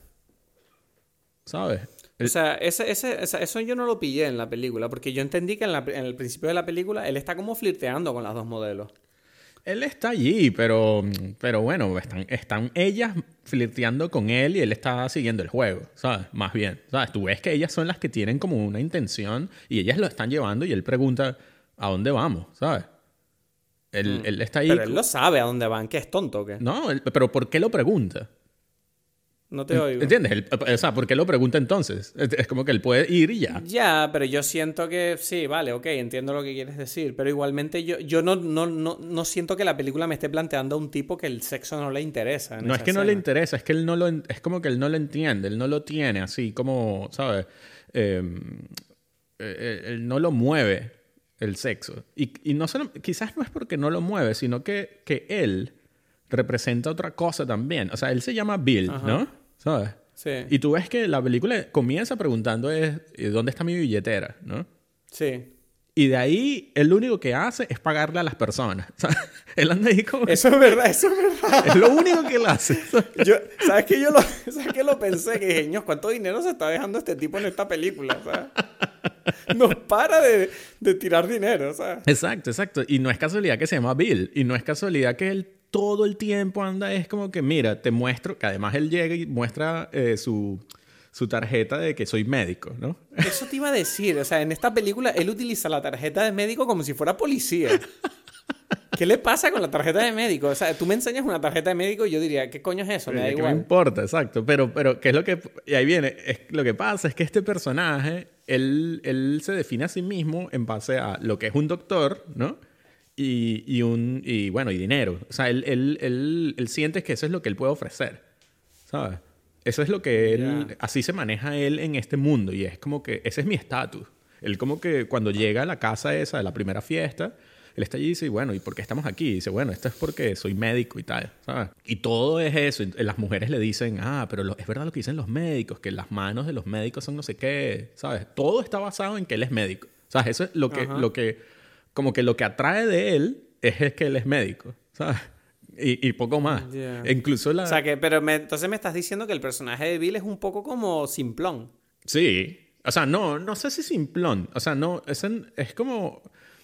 ¿sabes? El... O sea, ese, ese, eso yo no lo pillé en la película, porque yo entendí que en, la, en el principio de la película él está como flirteando con las dos modelos. Él está allí, pero, pero bueno, están, están ellas flirteando con él y él está siguiendo el juego, ¿sabes? Más bien, ¿sabes? Tú ves que ellas son las que tienen como una intención y ellas lo están llevando y él pregunta, ¿a dónde vamos? ¿Sabes? Él, mm. él está ahí... Pero él lo sabe a dónde van, ¿qué es tonto o qué? No, él, pero ¿por qué lo pregunta? No te oigo. ¿Entiendes? Él, o sea, ¿por qué lo pregunta entonces? Es como que él puede ir y ya. Ya, pero yo siento que... Sí, vale, ok, entiendo lo que quieres decir. Pero igualmente yo, yo no, no, no, no siento que la película me esté planteando a un tipo que el sexo no le interesa. No es que escena. no le interesa, es que él no lo... Es como que él no lo entiende, él no lo tiene así como, ¿sabes? Eh, eh, él no lo mueve el sexo. Y, y no solo... Quizás no es porque no lo mueve, sino que, que él representa otra cosa también. O sea, él se llama Bill, Ajá. ¿no? ¿Sabes? Sí. Y tú ves que la película comienza preguntando es, ¿dónde está mi billetera? ¿No? Sí. Y de ahí, él lo único que hace es pagarle a las personas. O sea, él anda ahí como... Eso es verdad, eso es verdad. Es lo único que él hace. Yo, ¿Sabes qué? Yo lo, ¿sabes qué lo pensé? Que dije, Ño, ¿cuánto dinero se está dejando este tipo en esta película? ¿Sabes? No para de, de tirar dinero, ¿sabes? Exacto, exacto. Y no es casualidad que se llama Bill. Y no es casualidad que él todo el tiempo anda, es como que, mira, te muestro, que además él llega y muestra eh, su, su tarjeta de que soy médico, ¿no? Eso te iba a decir, o sea, en esta película él utiliza la tarjeta de médico como si fuera policía. ¿Qué le pasa con la tarjeta de médico? O sea, tú me enseñas una tarjeta de médico y yo diría, ¿qué coño es eso? Me da igual. ¿Qué me importa? Exacto. Pero, pero ¿qué es lo que...? Y ahí viene. Es, lo que pasa es que este personaje, él, él se define a sí mismo en base a lo que es un doctor, ¿no? Y, y, un, y bueno, y dinero. O sea, él, él, él, él siente que eso es lo que él puede ofrecer, ¿sabes? Eso es lo que él... Yeah. Así se maneja él en este mundo. Y es como que... Ese es mi estatus. Él como que cuando llega a la casa esa de la primera fiesta... Él está allí y dice, bueno, ¿y por qué estamos aquí? Y dice, bueno, esto es porque soy médico y tal, ¿sabes? Y todo es eso. Y las mujeres le dicen, ah, pero lo, es verdad lo que dicen los médicos, que las manos de los médicos son no sé qué, ¿sabes? Todo está basado en que él es médico. ¿Sabes? Eso es lo que... lo que como que lo que atrae de él es, es que él es médico, ¿sabes? Y, y poco más. Yeah. E incluso la... O sea, que... Pero me, entonces me estás diciendo que el personaje de Bill es un poco como simplón. Sí. O sea, no, no sé si simplón. O sea, no... Es, en, es como...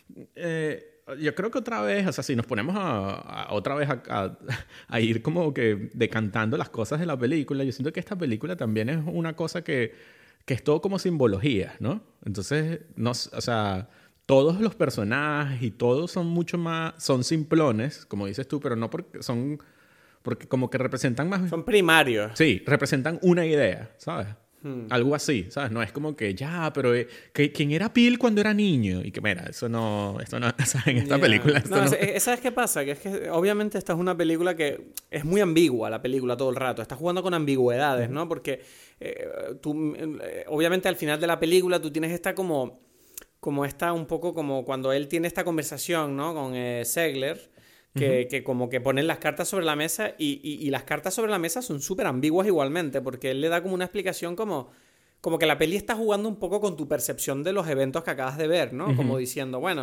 Eh, yo creo que otra vez, o sea, si nos ponemos a, a otra vez a, a, a ir como que decantando las cosas de la película, yo siento que esta película también es una cosa que, que es todo como simbología, ¿no? Entonces, no, o sea, todos los personajes y todos son mucho más, son simplones, como dices tú, pero no porque son, porque como que representan más... Son primarios. Sí, representan una idea, ¿sabes? Hmm. Algo así, ¿sabes? No es como que, ya, pero eh, que, ¿quién era Bill cuando era niño? Y que, mira, eso no... Esto no ¿sabes? En esta yeah. película... Esto no, no... ¿Sabes qué pasa? Que es que obviamente esta es una película que es muy ambigua, la película, todo el rato. Está jugando con ambigüedades, ¿no? Porque eh, tú... Eh, obviamente al final de la película tú tienes esta como... Como esta un poco como cuando él tiene esta conversación, ¿no? Con eh, Zegler... Que, uh-huh. que como que ponen las cartas sobre la mesa y, y, y las cartas sobre la mesa son súper ambiguas igualmente, porque él le da como una explicación como, como que la peli está jugando un poco con tu percepción de los eventos que acabas de ver, ¿no? Uh-huh. Como diciendo, bueno,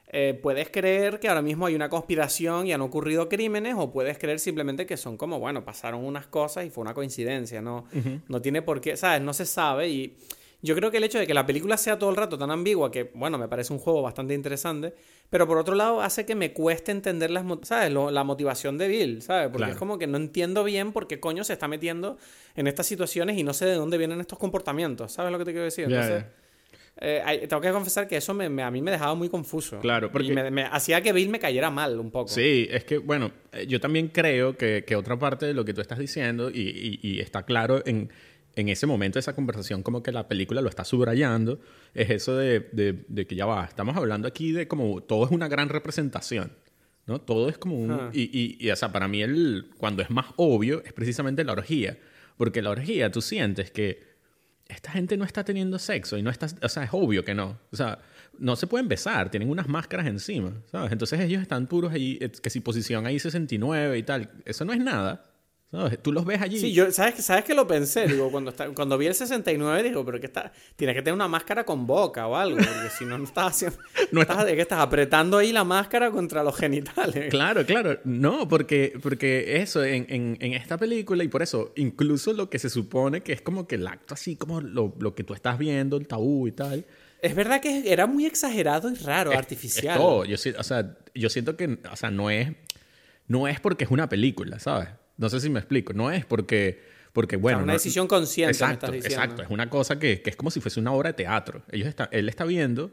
Eh, puedes creer que ahora mismo hay una conspiración y han ocurrido crímenes, o puedes creer simplemente que son como, bueno, pasaron unas cosas y fue una coincidencia, ¿no? Uh-huh. No tiene por qué, ¿sabes? No se sabe. Y yo creo que el hecho de que la película sea todo el rato tan ambigua, que, bueno, me parece un juego bastante interesante, pero por otro lado hace que me cueste entender las, ¿sabes? Lo, la motivación de Bill, ¿sabes? Porque claro. Es como que no entiendo bien por qué coño se está metiendo en estas situaciones y no sé de dónde vienen estos comportamientos, ¿sabes lo que te quiero decir? Yeah, Entonces... yeah. Eh, tengo que confesar que eso me, me, a mí me dejaba muy confuso. Claro, porque... Y me, me hacía que Bill me cayera mal un poco. Sí, es que, bueno, yo también creo que, que otra parte de lo que tú estás diciendo, y, y, y está claro en, en ese momento de esa conversación, como que la película lo está subrayando, es eso de, de, de que ya va, estamos hablando aquí de como todo es una gran representación, ¿no? Todo es como un... Ah. Y, y, y, o sea, para mí el, cuando es más obvio es precisamente la orgía. Porque la orgía tú sientes que esta gente no está teniendo sexo y no está... O sea, es obvio que no. O sea, no se pueden besar. Tienen unas máscaras encima, ¿sabes? Entonces ellos están puros ahí, que si posición ahí sesenta y nueve y tal. Eso no es nada, ¿sabes? Tú los ves allí. Sí, yo... ¿Sabes, ¿sabes que lo pensé? Digo, cuando, está, cuando vi el sesenta y nueve, digo, pero que está... Tienes que tener una máscara con boca o algo. Porque si no, no estás haciendo... No estás, ¿de qué estás apretando ahí la máscara contra los genitales? Claro, claro. No, porque, porque eso, en, en, en esta película, y por eso, incluso lo que se supone que es como que el acto así, como lo, lo que tú estás viendo, el tabú y tal... Es verdad que era muy exagerado y raro, es, artificial. Es todo. Yo, o sea, yo siento que, o sea, no es, no es porque es una película, ¿sabes? No sé si me explico. No es porque, porque bueno... O sea, una no, decisión consciente, exacto, me estás diciendo. Exacto. Es una cosa que, que es como si fuese una obra de teatro. Ellos está, él está viendo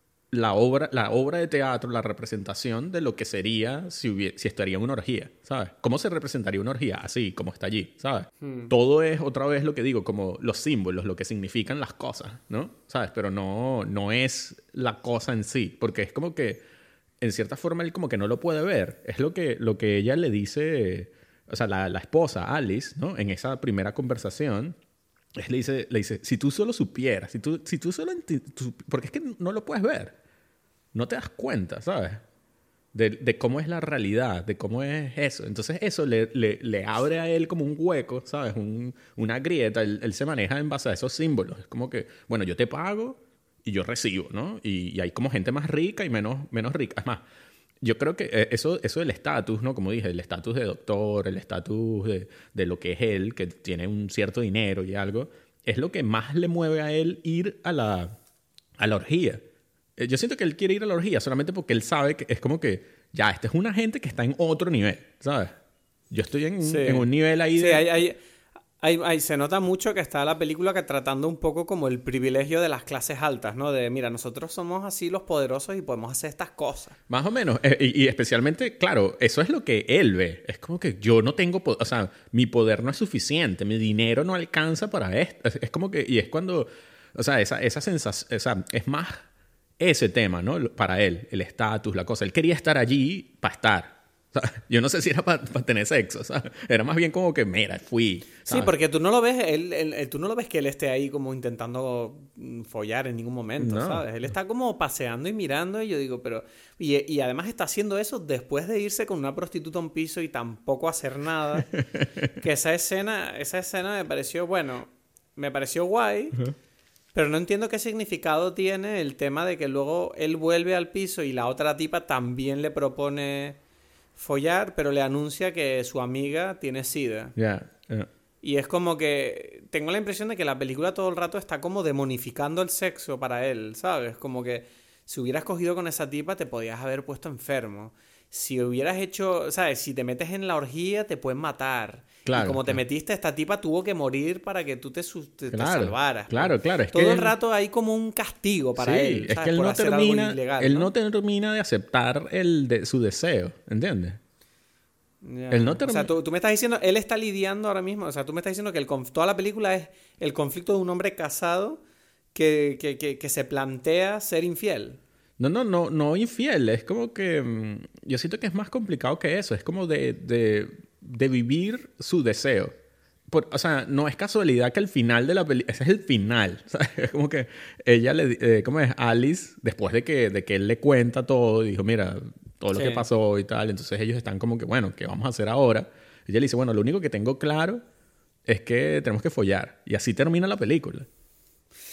la obra, la obra de teatro, la representación de lo que sería si, hubiera, si estaría una orgía, ¿sabes? ¿Cómo se representaría una orgía? Así, como está allí, ¿sabes? Hmm. Todo es, otra vez lo que digo, como los símbolos, lo que significan las cosas, ¿no? ¿Sabes? Pero no, no es la cosa en sí, porque es como que, en cierta forma, él como que no lo puede ver. Es lo que, lo que ella le dice, o sea, la, la esposa, Alice, ¿no? En esa primera conversación... Es, le, dice, le dice, si tú solo supieras, si tú, si tú solo... Tú, porque es que no lo puedes ver. No te das cuenta, ¿sabes? De, de cómo es la realidad, de cómo es eso. Entonces eso le, le, le abre a él como un hueco, ¿sabes? Un, una grieta. Él, él se maneja en base a esos símbolos. Es como que, bueno, yo te pago y yo recibo, ¿no? Y, y hay como gente más rica y menos, menos rica. Es más, yo creo que eso, eso del estatus, ¿no? Como dije, el estatus de doctor, el estatus de, de lo que es él, que tiene un cierto dinero y algo, es lo que más le mueve a él ir a la, a la orgía. Yo siento que él quiere ir a la orgía solamente porque él sabe que es como que, ya, esta es una gente que está en otro nivel, ¿sabes? Yo estoy en, sí. en un nivel ahí sí, de... hay, hay, hay, hay, se nota mucho que está la película que tratando un poco como el privilegio de las clases altas, ¿no? De, mira, nosotros somos así los poderosos y podemos hacer estas cosas. Más o menos. Eh, y, y especialmente, claro, eso es lo que él ve. Es como que yo no tengo... O sea, mi poder no es suficiente. Mi dinero no alcanza para esto. Es, es como que... Y es cuando... O sea, esa, esa sensación... O sea, es más ese tema, ¿no? Para él. El estatus, la cosa. Él quería estar allí para estar. O sea, yo no sé si era para pa tener sexo, ¿sabes? Era más bien como que, mira, fui. ¿sabes? Sí, porque tú no lo ves, él, él, él, tú no lo ves que él esté ahí como intentando follar en ningún momento, no. ¿sabes? Él está como paseando y mirando y yo digo, pero... Y, y además está haciendo eso después de irse con una prostituta a un piso y tampoco hacer nada. Que esa escena, esa escena me pareció, bueno, me pareció guay, uh-huh. pero no entiendo qué significado tiene el tema de que luego él vuelve al piso y la otra tipa también le propone... follar, pero le anuncia que su amiga tiene sida. Yeah, yeah. Y es como que... Tengo la impresión de que la película todo el rato está como demonificando el sexo para él, ¿sabes? Como que si hubieras cogido con esa tipa te podías haber puesto enfermo. Si hubieras hecho... ¿Sabes? Si te metes en la orgía te pueden matar. Claro, y como te claro. metiste, esta tipa tuvo que morir para que tú te, te, claro, te salvaras. Claro, ¿no? Claro. Es todo que el rato hay como un castigo para sí, él, ¿sabes? Es que él, Por no hacer termina, algo ilegal, él ¿no? no termina de aceptar el de, su deseo, ¿entiendes? Yeah. Él no term... O sea, tú, tú me estás diciendo, él está lidiando ahora mismo, o sea, tú me estás diciendo que el conf... toda la película es el conflicto de un hombre casado que, que, que, que se plantea ser infiel. No, no, no, no infiel. Es como que... Mmm, yo siento que es más complicado que eso. Es como de, de, de vivir su deseo. Por, o sea, no es casualidad que el final de la película... Ese es el final. ¿Sabes? Es como que ella le... Eh, ¿Cómo es? Alice, después de que, de que él le cuenta todo, dijo, mira, todo lo sí. que pasó y tal. Entonces ellos están como que, bueno, ¿qué vamos a hacer ahora? Ella le dice, bueno, lo único que tengo claro es que tenemos que follar. Y así termina la película.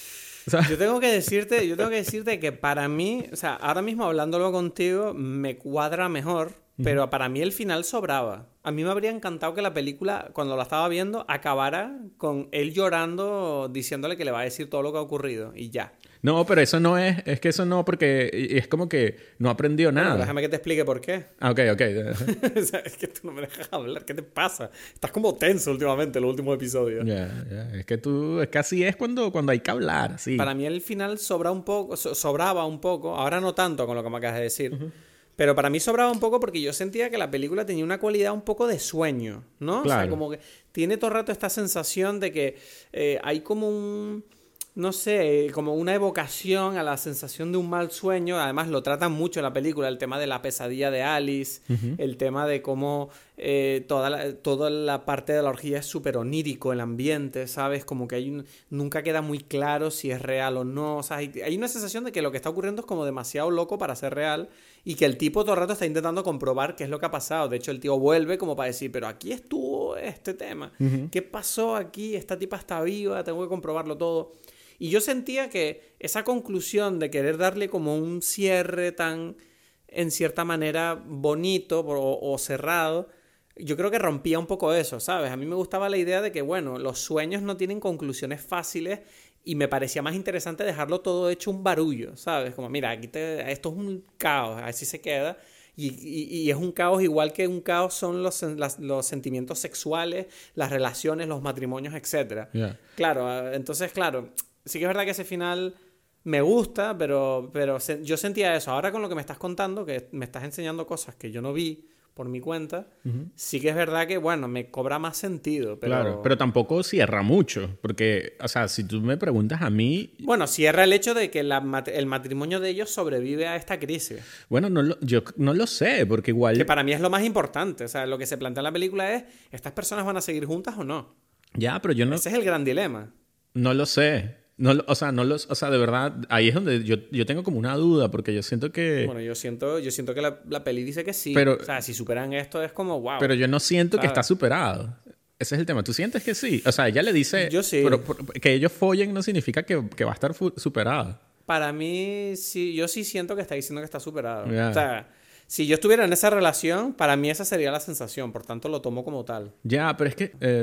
Yo tengo que decirte, yo tengo que decirte que para mí, o sea, ahora mismo hablándolo contigo, me cuadra mejor, pero uh-huh. para mí el final sobraba. A mí me habría encantado que la película, cuando la estaba viendo, acabara con él llorando, diciéndole que le va a decir todo lo que ha ocurrido, y ya. No, pero eso no es, es que eso no, porque es como que no aprendió nada. Bueno, déjame que te explique por qué. Ah, ok, ok. O sea, es que tú no me dejas hablar, ¿qué te pasa? Estás como tenso últimamente en los últimos episodios. Ya, yeah, ya, yeah. Es que tú, es que así es cuando, cuando hay que hablar, sí. Para mí el final sobra un poco, so, sobraba un poco, ahora no tanto con lo que me acabas de decir, uh-huh. pero para mí sobraba un poco porque yo sentía que la película tenía una cualidad un poco de sueño, ¿no? Claro. O sea, como que tiene todo el rato esta sensación de que eh, hay como un... no sé, como una evocación a la sensación de un mal sueño. Además lo tratan mucho en la película, el tema de la pesadilla de Alice, uh-huh. el tema de cómo eh, toda, la, toda la parte de la orgía es súper onírico, el ambiente, ¿sabes? Como que hay un, nunca queda muy claro si es real o no. O sea, hay, hay una sensación de que lo que está ocurriendo es como demasiado loco para ser real y que el tipo todo el rato está intentando comprobar qué es lo que ha pasado. De hecho, el tío vuelve como para decir, pero aquí estuvo este tema. Uh-huh. ¿Qué pasó aquí? Esta tipa está viva, tengo que comprobarlo todo. Y yo sentía que esa conclusión de querer darle como un cierre tan, en cierta manera, bonito o, o cerrado, yo creo que rompía un poco eso, ¿sabes? A mí me gustaba la idea de que, bueno, los sueños no tienen conclusiones fáciles y me parecía más interesante dejarlo todo hecho un barullo, ¿sabes? Como, mira, aquí te, esto es un caos, así se queda. Y, y, y es un caos igual que un caos son los, las, los sentimientos sexuales, las relaciones, los matrimonios, etcétera. Yeah. Claro, entonces, claro... Sí que es verdad que ese final me gusta, pero, pero se, yo sentía eso. Ahora con lo que me estás contando, que me estás enseñando cosas que yo no vi por mi cuenta, uh-huh. sí que es verdad que, bueno, me cobra más sentido. Pero... Claro, pero tampoco cierra mucho, porque, o sea, si tú me preguntas a mí... Bueno, cierra el hecho de que la, el matrimonio de ellos sobrevive a esta crisis. Bueno, no lo, yo no lo sé, porque igual... Que para mí es lo más importante. O sea, lo que se plantea en la película es, ¿estas personas van a seguir juntas o no? Ya, pero yo no... Ese es el gran dilema. No lo sé. No, o sea, no los, o sea, de verdad, ahí es donde yo, yo tengo como una duda, porque yo siento que... Bueno, yo siento, yo siento que la, la peli dice que sí. Pero, o sea, si superan esto es como, wow. Pero yo no siento, ¿sabes?, que está superado. Ese es el tema. ¿Tú sientes que sí? O sea, ella le dice... Yo sí. Pero, que ellos follen no significa que, que va a estar superado. Para mí, sí, yo sí siento que está diciendo que está superado. Yeah. O sea... Si yo estuviera en esa relación, para mí esa sería la sensación. Por tanto, lo tomo como tal. Ya, pero es que... Eh,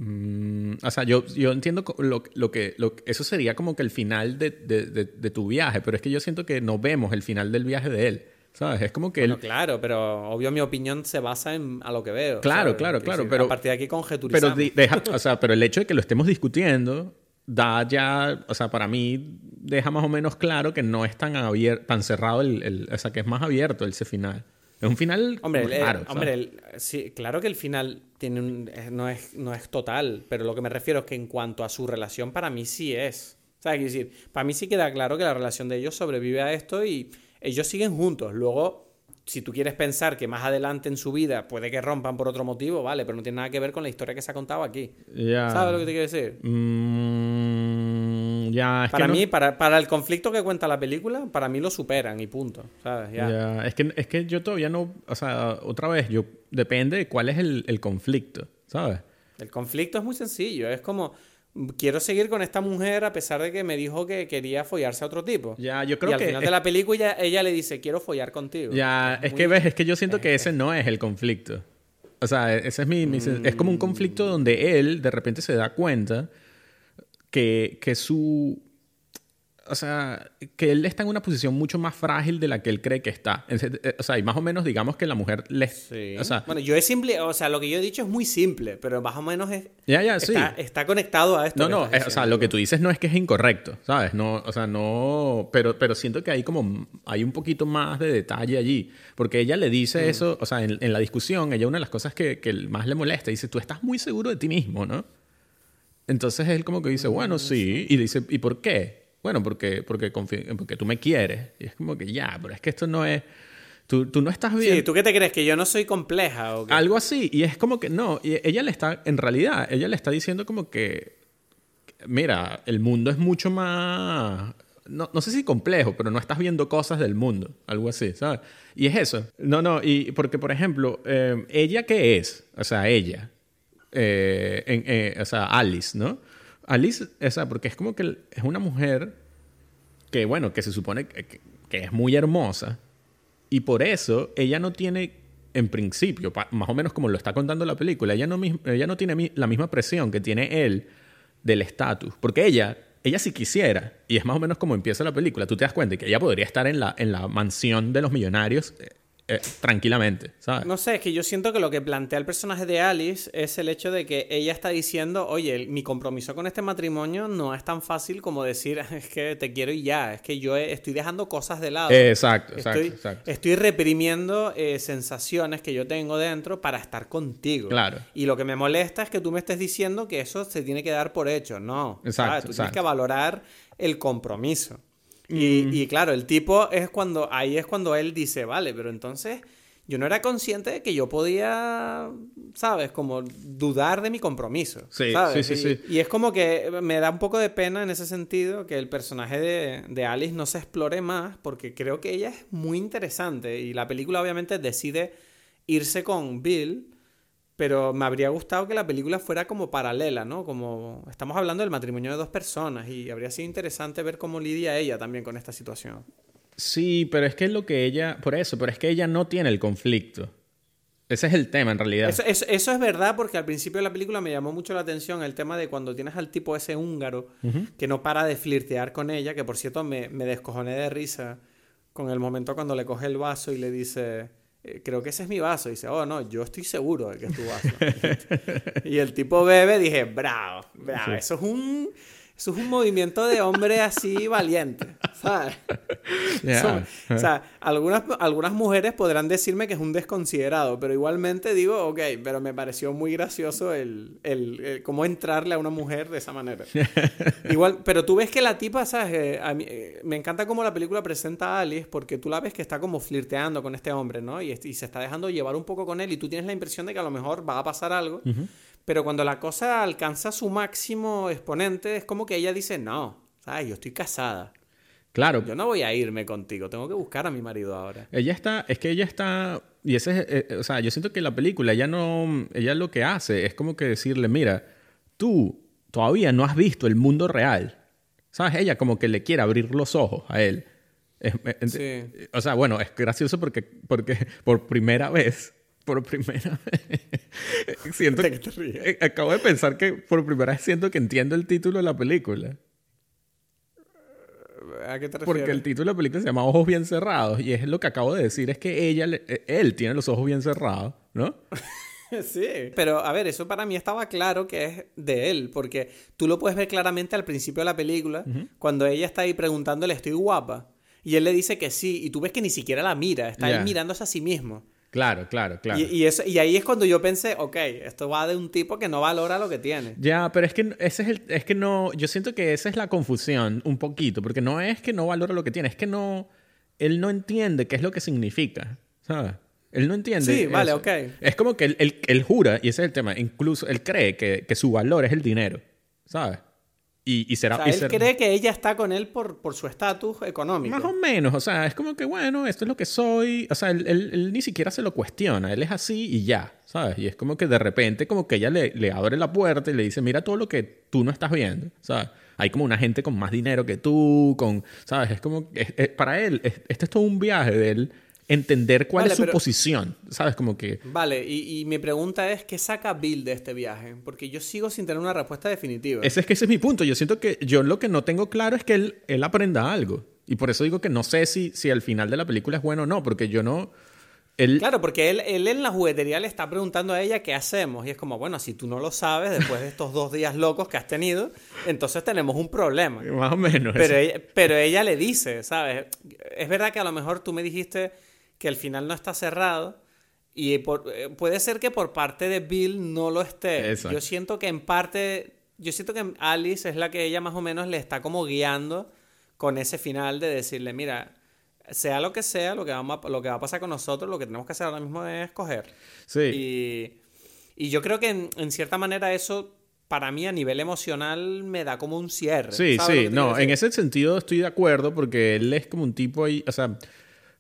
mm, o sea, yo, yo entiendo lo, lo que... Lo, eso sería como que el final de, de, de, de tu viaje. Pero es que yo siento que no vemos el final del viaje de él. ¿Sabes? Es como que bueno, él... claro, pero obvio mi opinión se basa en a lo que veo. Claro, ¿sabes? claro, que claro. Si, pero, a partir de aquí conjeturizamos. Pero, deja, o sea, pero el hecho de que lo estemos discutiendo da ya... O sea, para mí deja más o menos claro que no es tan, abier, tan cerrado el, el... O sea, que es más abierto ese final. Es un final hombre, raro. El, hombre el, sí, claro que el final tiene un, no, es, no es total, pero lo que me refiero es que en cuanto a su relación, para mí sí es. O sea, quiero decir, para mí sí queda claro que la relación de ellos sobrevive a esto y ellos siguen juntos. Luego, si tú quieres pensar que más adelante en su vida puede que rompan por otro motivo, vale, pero no tiene nada que ver con la historia que se ha contado aquí. Yeah. ¿Sabes lo que te quiero decir? Mm, yeah, es para que mí, no... para, para el conflicto que cuenta la película, para mí lo superan y punto. ¿Sabes? Ya. Yeah. Es, que, es que yo todavía no... O sea, otra vez, yo depende de cuál es el, el conflicto, ¿sabes? El conflicto es muy sencillo. Es como... Quiero seguir con esta mujer a pesar de que me dijo que quería follarse a otro tipo. Ya, yo creo y al que final es... de la película ella, ella le dice, quiero follar contigo. Ya, es, es muy... que ves, es que yo siento que ese no es el conflicto. O sea, ese es mi... mi mm. Es como un conflicto donde él de repente se da cuenta que, que su... O sea, que él está en una posición mucho más frágil de la que él cree que está. O sea, y más o menos digamos que la mujer le... Sí. O sea, bueno, yo es simple... O sea, lo que yo he dicho es muy simple, pero más o menos es... Ya, ya, está, sí. Está conectado a esto. No, no, es, o sea, lo que tú dices no es que es incorrecto, ¿sabes? No, o sea, no... Pero, pero siento que hay como... Hay un poquito más de detalle allí. Porque ella le dice mm. eso... O sea, en, en la discusión, ella una de las cosas que, que más le molesta, dice, tú estás muy seguro de ti mismo, ¿no? Entonces él como que dice, bueno, sí. Y dice, ¿y por qué? Bueno, porque, porque, porque tú me quieres. Y es como que ya, pero es que esto no es... Tú, tú no estás bien. Sí, ¿tú qué te crees? ¿Que yo no soy compleja o qué? Algo así. Y es como que no. Y ella le está... En realidad, ella le está diciendo como que... Mira, el mundo es mucho más... No, no sé si complejo, pero no estás viendo cosas del mundo. Algo así, ¿sabes? Y es eso. No, no. Y porque, por ejemplo, eh, ¿ella qué es? O sea, ella. Eh, en, eh, o sea, Alice, ¿no? Alice, o sea, porque es como que es una mujer que bueno, que se supone que, que, que es muy hermosa. Y por eso ella no tiene, en principio, pa, más o menos como lo está contando la película, ella no, ella no tiene mi, la misma presión que tiene él del estatus. Porque ella, ella si quisiera, y es más o menos como empieza la película, tú te das cuenta que ella podría estar en la, en la mansión de los millonarios eh, eh, tranquilamente, ¿sabes? No sé, es que yo siento que lo que plantea el personaje de Alice es el hecho de que ella está diciendo, oye, el, mi compromiso con este matrimonio no es tan fácil como decir, es que te quiero y ya, es que yo estoy dejando cosas de lado. Eh, exacto, exacto, estoy, exacto. Estoy reprimiendo eh, sensaciones que yo tengo dentro para estar contigo. Claro. Y lo que me molesta es que tú me estés diciendo que eso se tiene que dar por hecho. No, Exacto, ¿sabes? Tú exacto. tienes que valorar el compromiso. Y, mm. y claro, el tipo es cuando, ahí es cuando él dice, vale, pero entonces yo no era consciente de que yo podía, ¿sabes? Como dudar de mi compromiso. Sí, ¿sabes? sí, sí, y, sí. y es como que me da un poco de pena en ese sentido que el personaje de, de Alice no se explore más, porque creo que ella es muy interesante y la película obviamente decide irse con Bill. Pero me habría gustado que la película fuera como paralela, ¿no? Como estamos hablando del matrimonio de dos personas y habría sido interesante ver cómo lidia ella también con esta situación. Sí, pero es que es lo que ella... Por eso, pero es que ella no tiene el conflicto. Ese es el tema, en realidad. Eso, eso, eso es verdad porque al principio de la película me llamó mucho la atención el tema de cuando tienes al tipo ese húngaro uh-huh. que no para de flirtear con ella, que por cierto me, me descojoné de risa con el momento cuando le coge el vaso y le dice... creo que ese es mi vaso. Y dice, oh, no, yo estoy seguro de que es tu vaso. Y el tipo bebe, dije, bravo, bravo. Sí. Eso es un... Eso es un movimiento de hombre así valiente, ¿sabes? Yeah. Son, o sea, algunas, algunas mujeres podrán decirme que es un desconsiderado, pero igualmente digo, ok, pero me pareció muy gracioso el, el, el cómo entrarle a una mujer de esa manera. Igual, pero tú ves que la tipa, ¿sabes? Eh, a mí, eh, me encanta cómo la película presenta a Alice, porque tú la ves que está como flirteando con este hombre, ¿no? Y, y se está dejando llevar un poco con él, y tú tienes la impresión de que a lo mejor va a pasar algo. Uh-huh. Pero cuando la cosa alcanza su máximo exponente, es como que ella dice, no, ¿sabes? Yo estoy casada. Claro. Yo no voy a irme contigo, tengo que buscar a mi marido ahora. Ella está, es que ella está, y ese es, eh, o sea, yo siento que la película, ella no, ella lo que hace es como que decirle, mira, tú todavía no has visto el mundo real. ¿Sabes? Ella como que le quiere abrir los ojos a él. Es, es, sí. O sea, bueno, es gracioso porque, porque por primera vez... Por primera vez. siento que te ríes. Acabo de pensar que por primera vez siento que entiendo el título de la película. ¿A qué te refieres? Porque el título de la película se llama Ojos Bien Cerrados. Y es lo que acabo de decir, es que ella, él tiene los ojos bien cerrados, ¿no? Sí. Pero, a ver, eso para mí estaba claro que es de él. Porque tú lo puedes ver claramente al principio de la película. Uh-huh. Cuando ella está ahí preguntándole, ¿estoy guapa? Y él le dice que sí. Y tú ves que ni siquiera la mira. Está yeah. él mirándose a sí mismo. Claro, claro, claro. Y, y, eso, y ahí es cuando yo pensé, ok, esto va de un tipo que no valora lo que tiene. Ya, pero es que ese es el, es que no, yo siento que esa es la confusión un poquito, porque no es que no valora lo que tiene, es que no, él no entiende qué es lo que significa, ¿sabes? Él no entiende. Sí, vale, eso. ok. Es como que él, él, él jura, y ese es el tema, incluso él cree que, que su valor es el dinero, ¿sabes? Y, y será, o sea, y él será... cree que ella está con él por, por su estatus económico. Más o menos, o sea, es como que, bueno, esto es lo que soy. O sea, él, él, él ni siquiera se lo cuestiona. Él es así y ya, ¿sabes? Y es como que de repente como que ella le, le abre la puerta y le dice, mira todo lo que tú no estás viendo, ¿sabes? Hay como una gente con más dinero que tú, con, ¿sabes? Es como, es, es, para él, es, este es todo un viaje de él entender cuál vale, es su pero... posición, ¿sabes? Como que... Vale, y, y mi pregunta es, ¿qué saca Bill de este viaje? Porque yo sigo sin tener una respuesta definitiva. Ese es que ese es mi punto. Yo siento que yo lo que no tengo claro es que él, él aprenda algo. Y por eso digo que no sé si, si al final de la película es bueno o no, porque yo no... Él... Claro, porque él, él en la juguetería le está preguntando a ella qué hacemos. Y es como, bueno, si tú no lo sabes, después de estos dos días locos que has tenido, entonces tenemos un problema. Más o menos. Pero ella, pero ella le dice, ¿sabes? Es verdad que a lo mejor tú me dijiste... que al final no está cerrado y por, eh, puede ser que por parte de Bill no lo esté. Exacto. Yo siento que en parte, yo siento que Alice es la que ella más o menos le está como guiando con ese final de decirle, mira, sea lo que sea, lo que, vamos a, lo que va a pasar con nosotros, lo que tenemos que hacer ahora mismo es escoger. Sí. Y, y yo creo que en, en cierta manera eso, para mí a nivel emocional, me da como un cierre. Sí, sí, no, en ese sentido estoy de acuerdo porque él es como un tipo ahí, o sea...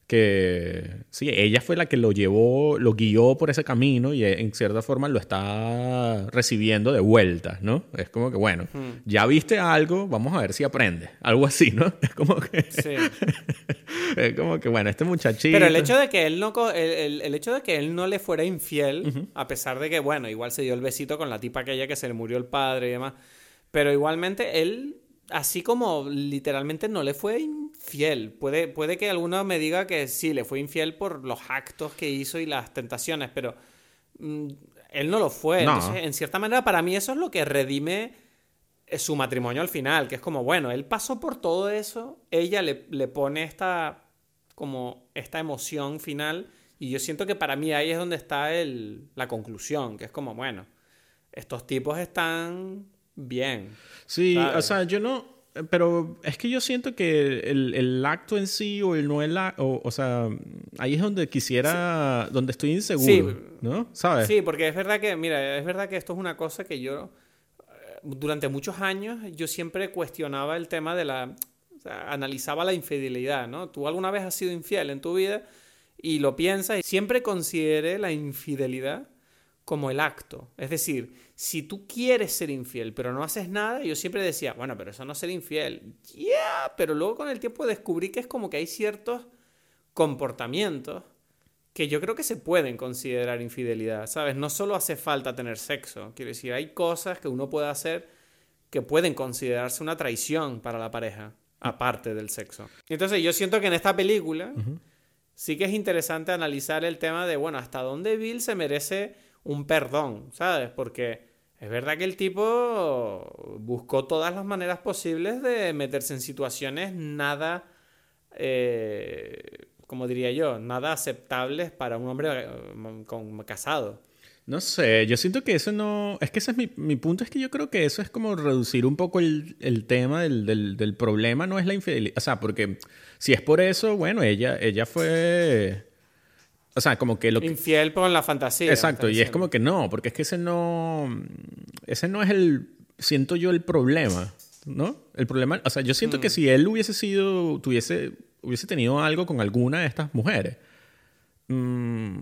que sí, ella fue la que lo llevó, lo guió por ese camino y en cierta forma lo está recibiendo de vuelta, ¿no? Es como que, bueno, hmm. ya viste algo, vamos a ver si aprendes. Algo así, ¿no? Es como que... Sí. Es como que, bueno, este muchachito... Pero el hecho de que él no, el, el, el hecho de que él no le fuera infiel, uh-huh. a pesar de que, bueno, igual se dio el besito con la tipa aquella que se le murió el padre y demás, pero igualmente él... Así como literalmente no le fue infiel. Puede, puede que alguno me diga que sí, le fue infiel por los actos que hizo y las tentaciones, pero mm, él no lo fue. No. Entonces, en cierta manera, para mí eso es lo que redime su matrimonio al final, que es como, bueno, él pasó por todo eso, ella le, le pone esta, como esta emoción final, y yo siento que para mí ahí es donde está el, la conclusión, que es como, bueno, estos tipos están... bien. Sí, ¿sabes? O sea, yo no... Pero es que yo siento que el, el acto en sí o el no el acto... O, o sea, ahí es donde quisiera... Sí. Donde estoy inseguro, sí. ¿no? ¿Sabes? Sí, porque es verdad que... Mira, es verdad que esto es una cosa que yo... Durante muchos años yo siempre cuestionaba el tema de la... O sea, analizaba la infidelidad, ¿no? Tú alguna vez has sido infiel en tu vida y lo piensas y siempre consideré la infidelidad como el acto. Es decir, si tú quieres ser infiel pero no haces nada, yo siempre decía, bueno, pero eso no es ser infiel. Ya, yeah, pero luego con el tiempo descubrí que es como que hay ciertos comportamientos que yo creo que se pueden considerar infidelidad, ¿sabes? No solo hace falta tener sexo. Quiero decir, hay cosas que uno puede hacer que pueden considerarse una traición para la pareja, aparte del sexo. Entonces yo siento que en esta película uh-huh. sí que es interesante analizar el tema de, bueno, hasta dónde Bill se merece un perdón, ¿sabes? Porque es verdad que el tipo buscó todas las maneras posibles de meterse en situaciones nada, eh, como diría yo, nada aceptables para un hombre eh, con, casado. No sé, yo siento que eso no... Es que ese es mi, mi punto, es que yo creo que eso es como reducir un poco el, el tema del, del, del problema, no es la infidelidad. O sea, porque si es por eso, bueno, ella, ella fue... O sea, como que lo que... Infiel por la fantasía. Exacto, y es como que no, porque es que ese no... Ese no es el... Siento yo el problema, ¿no? El problema... O sea, yo siento mm. que si él hubiese sido... Tuviese... Hubiese tenido algo con alguna de estas mujeres, mmm,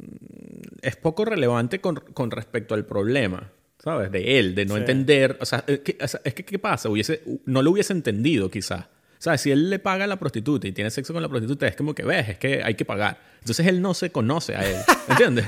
es poco relevante con, con respecto al problema, ¿sabes? De él, de no sí. entender... O sea, ¿qué, o sea, es que ¿qué pasa? Hubiese, no lo hubiese entendido, quizás. O sea, si él le paga a la prostituta y tiene sexo con la prostituta, es como que, ves, es que hay que pagar. Entonces él no se conoce a él. ¿Entiendes?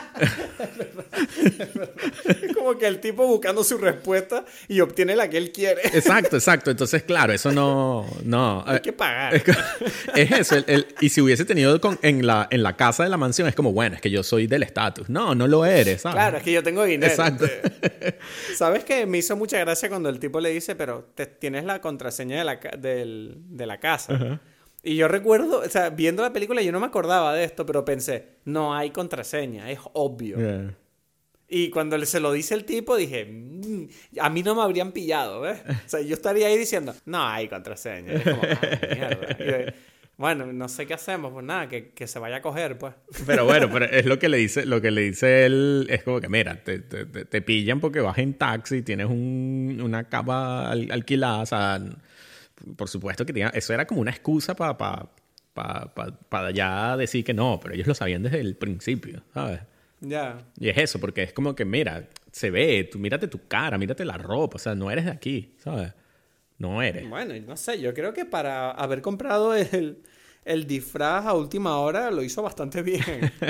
Es verdad, es verdad. Es como que el tipo buscando su respuesta y obtiene la que él quiere. Exacto, exacto. Entonces, claro, eso no... no. Hay que pagar. Es, es eso. El, el, y si hubiese tenido con, en, la, en la casa de la mansión, es como, bueno, es que yo soy del estatus. No, no lo eres, ¿sabes? Claro, es que yo tengo dinero. Exacto. ¿Sabes qué? Me hizo mucha gracia cuando el tipo le dice, pero te, tienes la contraseña de la, del, de la casa. Uh-huh. Y yo recuerdo, o sea, viendo la película yo no me acordaba de esto, pero pensé, no hay contraseña, es obvio. Yeah. Y cuando se lo dice el tipo, dije, mmm, a mí no me habrían pillado, ¿ves? O sea, yo estaría ahí diciendo, no hay contraseña. Es como, ah, mierda. Y yo, bueno, no sé qué hacemos, pues nada, que, que se vaya a coger, pues. Pero bueno, pero es lo que le dice, lo que le dice él, es como que, mira, te, te, te pillan porque vas en taxi, tienes un, una cama al, alquilada, o sea... Por supuesto que tenía, eso era como una excusa para pa, pa, pa, pa ya decir que no, pero ellos lo sabían desde el principio, ¿sabes? Ya. Yeah. Y es eso, porque es como que, mira, se ve, tú mírate tu cara, mírate la ropa, o sea, no eres de aquí, ¿sabes? No eres. Bueno, no sé, yo creo que para haber comprado el, el disfraz a última hora lo hizo bastante bien.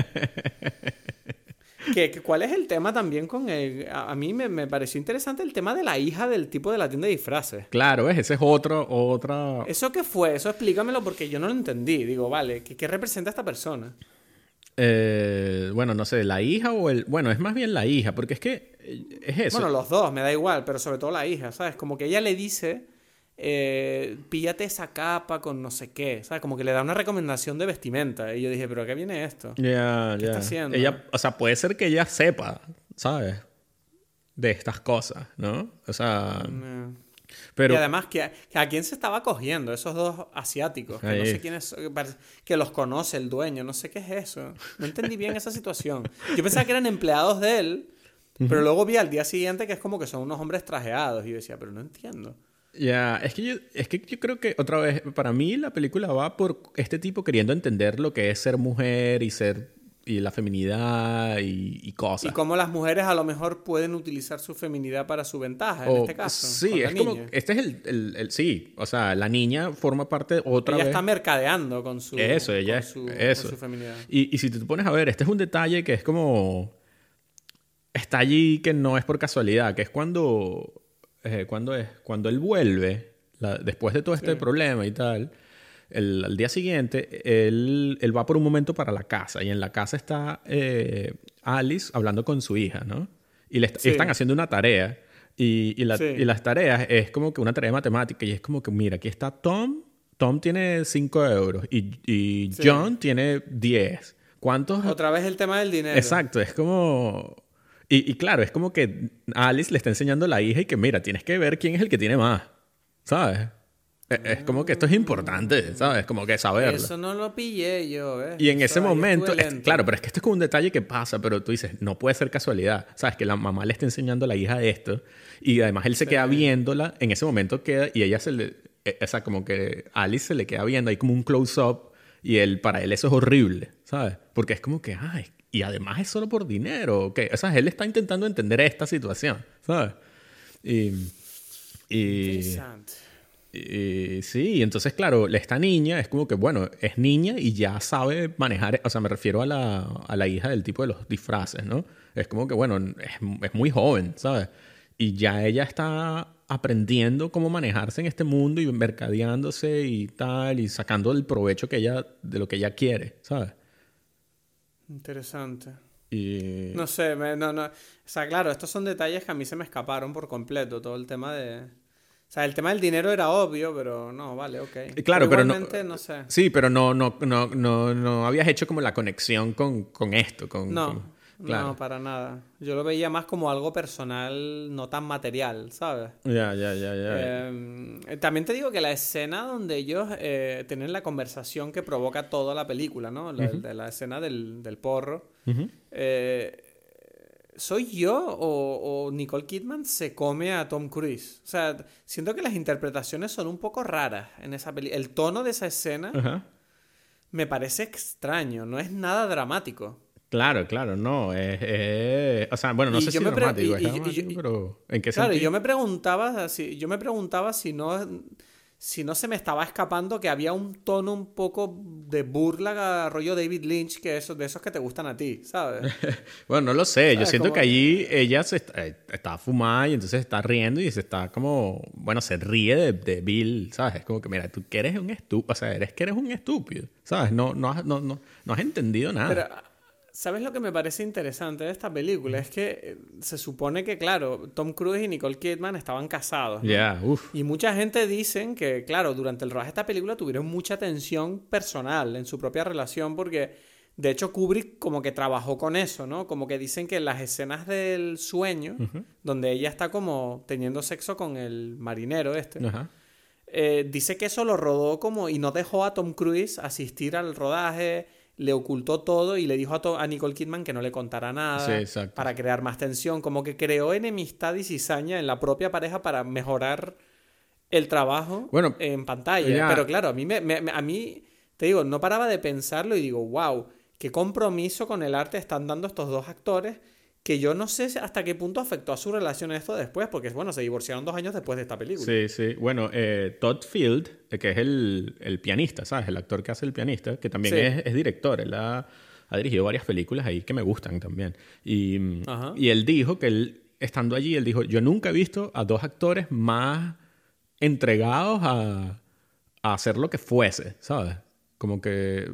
¿Qué, ¿Cuál es el tema también con el... A, a mí me, me pareció interesante el tema de la hija del tipo de la tienda de disfraces. Claro, ¿ves? Ese es otro, otra... ¿Eso qué fue? Eso explícamelo porque yo no lo entendí. Digo, vale, ¿qué, qué representa esta persona? Eh, bueno, no sé, la hija o el... Bueno, es más bien la hija, porque es que es eso. Bueno, los dos, me da igual, pero sobre todo la hija, ¿sabes? Como que ella le dice... Eh, píllate esa capa con no sé qué, ¿sabes? Como que le da una recomendación de vestimenta. Y yo dije, ¿pero qué viene esto? Ya, yeah, ¿Qué yeah. está haciendo? Ella, o sea, puede ser que ella sepa, ¿sabes? De estas cosas, ¿no? O sea... No. Pero... Y además, ¿que, que ¿a quién se estaba cogiendo? Esos dos asiáticos, que Ahí. no sé quiénes, que los conoce el dueño, no sé qué es eso. No entendí bien esa situación. Yo pensaba que eran empleados de él, uh-huh. pero luego vi al día siguiente que es como que son unos hombres trajeados. Y yo decía, pero no entiendo. Ya, es que yo, es que yo creo que otra vez, para mí la película va por este tipo queriendo entender lo que es ser mujer y ser y la feminidad y, y Y cosas. cómo las mujeres a lo mejor pueden utilizar su feminidad para su ventaja, en O, este caso, sí, con la es como, niña. este es el, el, el- sí, o sea, la niña forma parte otra Ella vez. está mercadeando con su, Eso, ella con es, su, eso. con su feminidad. Y, y si te pones a ver, este es un detalle que es como, está allí que no es por casualidad, que es cuando, eh, cuando es, cuando él vuelve, la- después de todo este Sí. problema y tal, el, al día siguiente, él, él va por un momento para la casa y en la casa está eh, Alice hablando con su hija, ¿no? Y, le est- y Sí. están haciendo una tarea y, y, la- Sí. y las tareas es como que una tarea de matemática y es como que, mira, aquí está Tom, Tom tiene cinco euros y, y Sí. John tiene diez. ¿Cuántos? Otra vez el tema del dinero. Exacto, es como... Y, y claro, es como que Alice le está enseñando a la hija y que, mira, tienes que ver quién es el que tiene más, ¿sabes? Es, es como que esto es importante, ¿sabes? Como que saberlo. Eso no lo pillé yo, ¿ves? Y en Eso ese ahí momento, estuve es- lento. claro, pero es que esto es como un detalle que pasa, pero tú dices, no puede ser casualidad. ¿Sabes? Que la mamá le está enseñando a la hija esto y además él se Sí. queda viéndola, en ese momento queda y ella se le... eh, O sea, como que Alice se le queda viendo, hay como un close-up y él, para él eso es horrible, ¿sabes? Porque es como que, ay, y además es solo por dinero, ¿ok? O sea, él está intentando entender esta situación, ¿sabes? Y... y Interesante. y sí, entonces, claro, esta niña es como que, bueno, es niña y ya sabe manejar, o sea, me refiero a la, a la hija del tipo de los disfraces, ¿no? Es como que, bueno, es, es muy joven, ¿sabes? Y ya ella está aprendiendo cómo manejarse en este mundo y mercadeándose y tal, y sacando el provecho que ella, de lo que ella quiere, ¿sabes? Interesante. Y... No sé, me- no, no. O sea, claro, estos son detalles que a mí se me escaparon por completo. Todo el tema de... O sea, el tema del dinero era obvio, pero no, vale, ok. Claro, pero no- igualmente, no sé. Sí, pero no, no, no, no, no habías hecho como la conexión con, con esto, con... No, con- claro. no, para nada. Yo lo veía más como algo personal, no tan material, ¿sabes? Ya, ya, ya, ya. Eh, también te digo que la escena donde ellos eh, tienen la conversación que provoca toda la película, ¿no? La, de la escena del, del porro. Ujú. Eh, ¿Soy yo o, o Nicole Kidman se come a Tom Cruise? O sea, siento que las interpretaciones son un poco raras en esa película. El tono de esa escena Ajá. me parece extraño, no es nada dramático. Claro, claro, no. Es, es- o sea, bueno, no Y sé yo si me pre- dramático, y- es y- y- dramático, y- pero ¿en qué Claro, y sentido? yo me preguntaba si, yo me preguntaba si no, si no se me estaba escapando que había un tono un poco de burla, rollo David Lynch, que eso, de esos que te gustan a ti, ¿sabes? Bueno, no lo sé. Yo ¿Sabes? siento Como que que- allí ella se está, eh, está fumada y entonces está riendo y se está como... Bueno, se ríe de, de Bill, ¿sabes? Es como que, mira, tú que eres un estúpido. O sea, eres que eres un estúpido, ¿sabes? No, no, has, no, no, no has entendido nada. Pero, ¿sabes lo que me parece interesante de esta película? Es que eh, se supone que, claro, Tom Cruise y Nicole Kidman estaban casados, ¿no? Ya, uff. Y mucha gente dicen que, claro, durante el rodaje de esta película tuvieron mucha tensión personal en su propia relación porque, de hecho, Kubrick como que trabajó con eso, ¿no? Como que dicen que las escenas del sueño, donde ella está como teniendo sexo con el marinero este, Ajá. eh, dice que eso lo rodó como y no dejó a Tom Cruise asistir al rodaje, le ocultó todo y le dijo a, To- a Nicole Kidman que no le contara nada Sí, exacto. para crear más tensión, como que creó enemistad y cizaña en la propia pareja para mejorar el trabajo Bueno, en pantalla. ya- Pero claro, a mí, me, me- a mí, te digo, no paraba de pensarlo y digo, wow, qué compromiso con el arte están dando estos dos actores que yo no sé hasta qué punto afectó a su relación esto después, porque bueno, se divorciaron dos años después de esta película. Sí, sí. Bueno, eh, Todd Field, eh, que es el, el pianista, ¿sabes? El actor que hace el pianista, que también Sí. es, es director. Él ha, ha dirigido varias películas ahí que me gustan también. Y, mm, Ajá. y él dijo que él, estando allí, él dijo, yo nunca he visto a dos actores más entregados a, a hacer lo que fuese, ¿sabes? Como que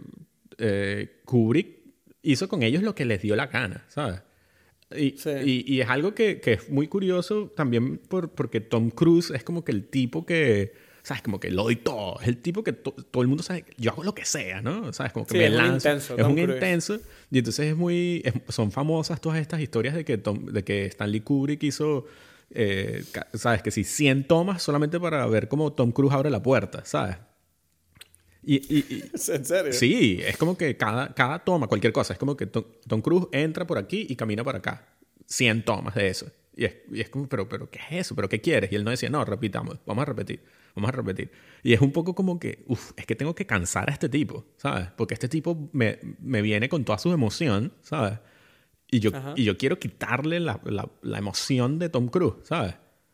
eh, Kubrick hizo con ellos lo que les dio la gana, ¿sabes? Y, Sí. y, y es algo que, que es muy curioso también por, porque Tom Cruise es como que el tipo que, ¿sabes? Como que lo doy todo. Es el tipo que to- todo el mundo sabe, yo hago lo que sea, ¿no? ¿Sabes? Como que Sí, me es un lanzo. intenso, Es Tom un Cruise. intenso. Y entonces es muy... es- son famosas todas estas historias de que, Tom- de que Stanley Kubrick hizo... eh, ca- ¿Sabes? Que si cien tomas solamente para ver cómo Tom Cruise abre la puerta, ¿sabes? Y, y- y- ¿En serio? Sí, es como que cada, cada toma, cualquier cosa, es como que Tom, Tom Cruise entra por aquí y camina para acá. cien tomas de eso. Y es, y es como, pero, pero, ¿qué es eso? ¿Pero qué quieres? Y él no decía, no, repitamos, vamos a repetir, vamos a repetir. Y es un poco como que, uff, es que tengo que cansar a este tipo, ¿sabes? Porque este tipo me, me viene con toda su emoción, ¿sabes? Y yo, y yo quiero quitarle la, la, la emoción de Tom Cruise, ¿sabes?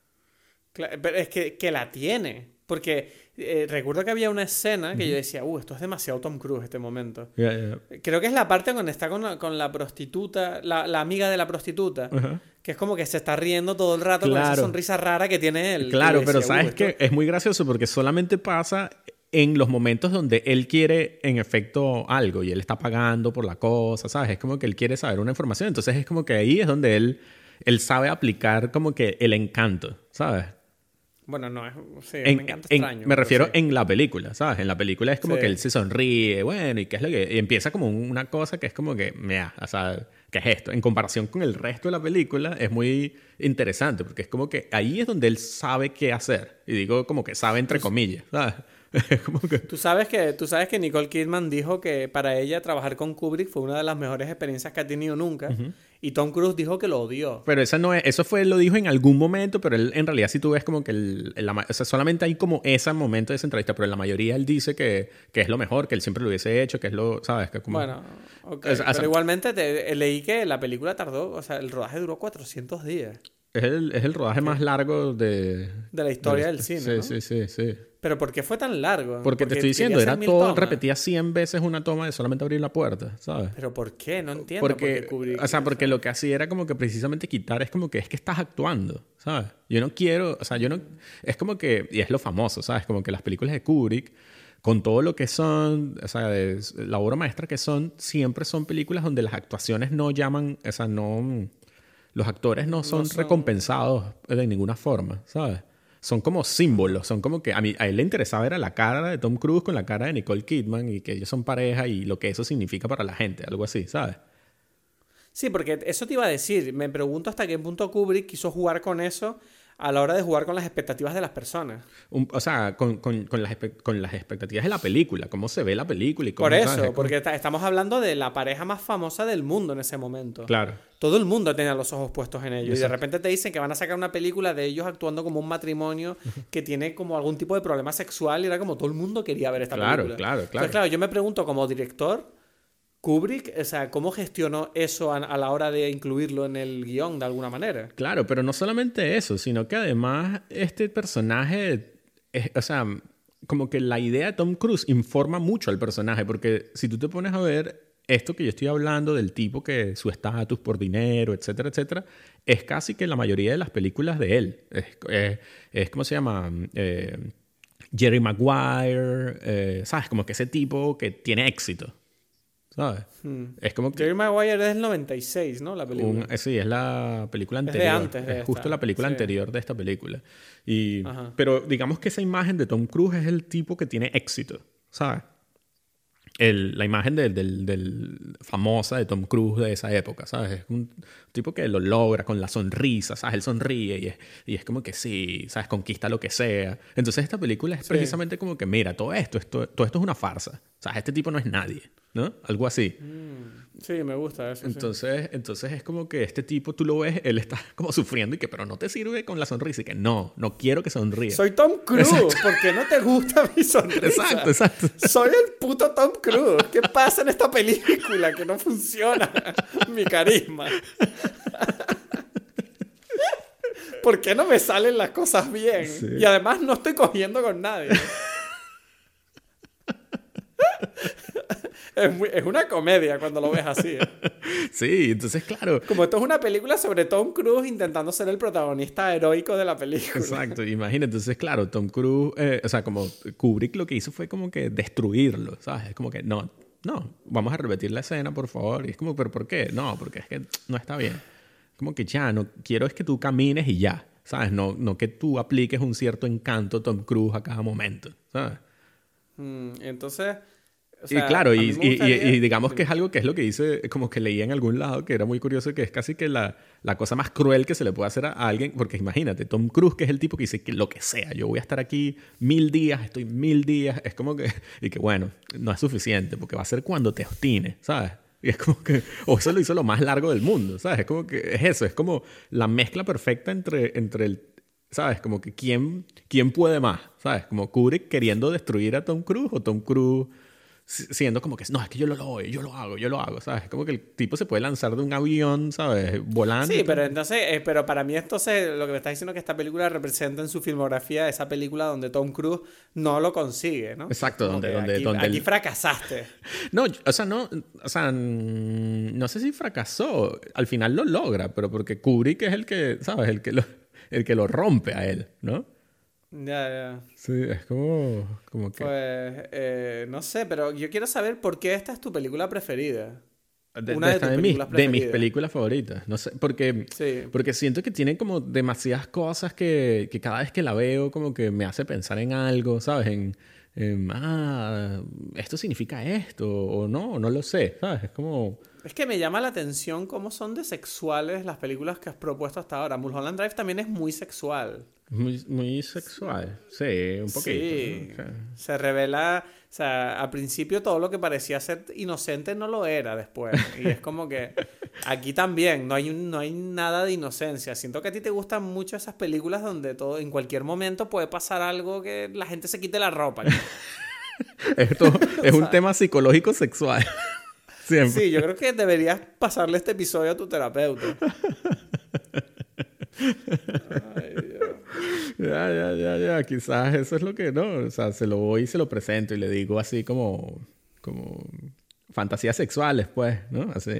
Claro, pero es que, que la tiene. Porque eh, recuerdo que había una escena que uh-huh. yo decía, uh, esto es demasiado Tom Cruise este momento. Yeah, yeah. Creo que es la parte donde está con la, con la prostituta, la, la amiga de la prostituta, uh-huh. que es como que se está riendo todo el rato claro. con esa sonrisa rara que tiene él. Claro, decía, pero sabes uh, que esto... es muy gracioso porque solamente pasa en los momentos donde él quiere, en efecto, algo y él está pagando por la cosa, ¿sabes? Es como que él quiere saber una información. Entonces es como que ahí es donde él, él sabe aplicar como que el encanto, ¿sabes? Bueno, no, es sí, en, me encanta en, extraño. Me refiero sí. en la película, ¿sabes? En la película es como sí. que él se sonríe, bueno, y qué es lo que... Y empieza como una cosa que es como que, mira, o sea, ¿qué es esto? En comparación con el resto de la película es muy interesante porque es como que ahí es donde él sabe qué hacer. Y digo como que sabe entre comillas, ¿sabes? Como que... ¿Tú sabes que, tú sabes que Nicole Kidman dijo que para ella trabajar con Kubrick fue una de las mejores experiencias que ha tenido nunca. Uh-huh. Y Tom Cruise dijo que lo odió. Pero esa no es, eso fue, lo dijo en algún momento, pero él en realidad si tú ves como que el, el, o sea, solamente hay como ese momento de esa entrevista, pero en la mayoría él dice que, que es lo mejor, que él siempre lo hubiese hecho, que es lo, ¿sabes? Que como... Bueno, okay. o sea, pero sea, igualmente te, leí que la película tardó, o sea, el rodaje duró cuatrocientos días. Es el, es el rodaje ¿Qué? más largo de... De la historia de, del cine, sí, ¿no? Sí, sí, sí. ¿Pero por qué fue tan largo? Porque, Porque te estoy diciendo, era todo, repetía cien veces una toma de solamente abrir la puerta, ¿sabes? ¿Pero por qué? No entiendo. Porque, por qué Kubrick, o sea, porque lo que hacía era como que precisamente quitar, es como que es que estás actuando, ¿sabes? Yo no quiero, o sea, yo no... Es como que, y es lo famoso, ¿sabes? Como que las películas de Kubrick, con todo lo que son, o sea, de, la obra maestra que son, siempre son películas donde las actuaciones no llaman, o sea, no... Los actores no son, no son recompensados de ninguna forma, ¿sabes? Son como símbolos, son como que a, mí, a él le interesaba era la cara de Tom Cruise con la cara de Nicole Kidman y que ellos son pareja y lo que eso significa para la gente, algo así, ¿sabes? Sí, porque eso te iba a decir. Me pregunto hasta qué punto Kubrick quiso jugar con eso a la hora de jugar con las expectativas de las personas. Un, o sea, con, con, con, las, con las expectativas de la película, cómo se ve la película y cómo... Por eso, ¿sabes? porque está, estamos hablando de la pareja más famosa del mundo en ese momento. Claro. Todo el mundo tenía los ojos puestos en ellos. Exacto. Y de repente te dicen que van a sacar una película de ellos actuando como un matrimonio que tiene como algún tipo de problema sexual y era como todo el mundo quería ver esta claro, película. Claro, claro, Entonces, claro, yo me pregunto como director... Kubrick, o sea, ¿cómo gestionó eso a, a la hora de incluirlo en el guión de alguna manera? Claro, pero no solamente eso, sino que además este personaje, es, o sea, como que la idea de Tom Cruise informa mucho al personaje, porque si tú te pones a ver esto que yo estoy hablando del tipo que su estatus por dinero, etcétera, etcétera, es casi que la mayoría de las películas de él. Es, es, es ¿cómo se llama? Eh, Jerry Maguire, eh, ¿sabes? Como que ese tipo que tiene éxito. ¿Sabes? Hmm. Es como que... Jerry Maguire es del noventa y seis, ¿no? La película. Un, sí, es la película anterior. Es de antes de Es justo esta. la película sí. anterior de esta película. Y, pero digamos que esa imagen de Tom Cruise es el tipo que tiene éxito, ¿sabes? El, la imagen del, del, del famosa de Tom Cruise de esa época, ¿sabes? Es un tipo que lo logra con la sonrisa, ¿sabes? Él sonríe y es, y es como que sí, ¿sabes? Conquista lo que sea. Entonces esta película es sí. precisamente como que, mira, todo esto, esto, todo esto es una farsa. ¿Sabes? Este tipo no es nadie, ¿no? Algo así. Mm, sí, me gusta eso. Entonces, sí. entonces es como que este tipo, tú lo ves, él está como sufriendo y que, pero no te sirve con la sonrisa. Y que no, no quiero que sonríe. Soy Tom Cruise, exacto. ¿Por qué no te gusta mi sonrisa? Exacto, exacto. Soy el puto Tom Cruise. ¿Qué pasa en esta película que no funciona mi carisma? ¿Por qué no me salen las cosas bien? Sí. Y además no estoy cogiendo con nadie. Es, muy, es una comedia cuando lo ves así. ¿eh? Sí, entonces claro. Como esto es una película sobre Tom Cruise intentando ser el protagonista heroico de la película. Exacto, imagínate. Entonces claro, Tom Cruise, eh, o sea, como Kubrick lo que hizo fue como que destruirlo, ¿sabes? Es como que no, no, vamos a repetir la escena, por favor. Y es como, ¿pero por qué? No, porque es que no está bien. Como que ya, no quiero es que tú camines y ya, ¿sabes? No, no que tú apliques un cierto encanto Tom Cruise a cada momento, ¿sabes? Mm, entonces... O sea, y claro, y, gustaría... y, y digamos que es algo que es lo que dice, como que leía en algún lado, que era muy curioso, que es casi que la, la cosa más cruel que se le puede hacer a alguien, porque imagínate, Tom Cruise, que es el tipo que dice que lo que sea, yo voy a estar aquí mil días, estoy mil días, es como que, y que bueno, no es suficiente, porque va a ser cuando te obstines, ¿sabes? Y es como que, o eso lo hizo lo más largo del mundo, ¿sabes? Es como que es eso, es como la mezcla perfecta entre, entre el, ¿sabes? Como que quién, quién puede más, ¿sabes? Como Kubrick queriendo destruir a Tom Cruise o Tom Cruise siendo como que, no, es que yo lo logro, yo lo hago, yo lo hago, ¿sabes? Como que el tipo se puede lanzar de un avión, ¿sabes? Volando. Sí, pero entonces, eh, pero para mí entonces lo que me está diciendo es que esta película representa en su filmografía esa película donde Tom Cruise no lo consigue, ¿no? Exacto, Como donde, que donde, aquí, donde aquí el... fracasaste. No, o sea, no, o sea, no sé si fracasó, al final lo logra, pero porque Kubrick es el que, ¿sabes? El que lo, el que lo rompe a él, ¿no? Ya, ya. Sí, es como, como que... Pues, eh, no sé, pero yo quiero saber por qué esta es tu película preferida. De, Una de, de tus de, mis, películas de preferidas. mis películas favoritas. No sé, porque, Sí. porque siento que tiene como demasiadas cosas que, que cada vez que la veo como que me hace pensar en algo, ¿sabes? En, en ah, esto significa esto, o no, no lo sé, ¿sabes? Es como... Es que me llama la atención cómo son de sexuales las películas que has propuesto hasta ahora. Mulholland Drive también es muy sexual. Muy, muy sexual, sí, un poquito. Sí, ¿no? O sea, se revela, o sea, al principio todo lo que parecía ser inocente no lo era después. Y es como que aquí también no hay, un- no hay nada de inocencia. Siento que a ti te gustan mucho esas películas donde todo, en cualquier momento puede pasar algo que la gente se quite la ropa. esto es un tema psicológico sexual. Siempre. Sí, yo creo que deberías pasarle este episodio a tu terapeuta. Ay, Dios. Ya, ya, ya, ya. Quizás eso es lo que no. O sea, se lo voy y se lo presento y le digo así como, como fantasías sexuales, pues, ¿no? Así.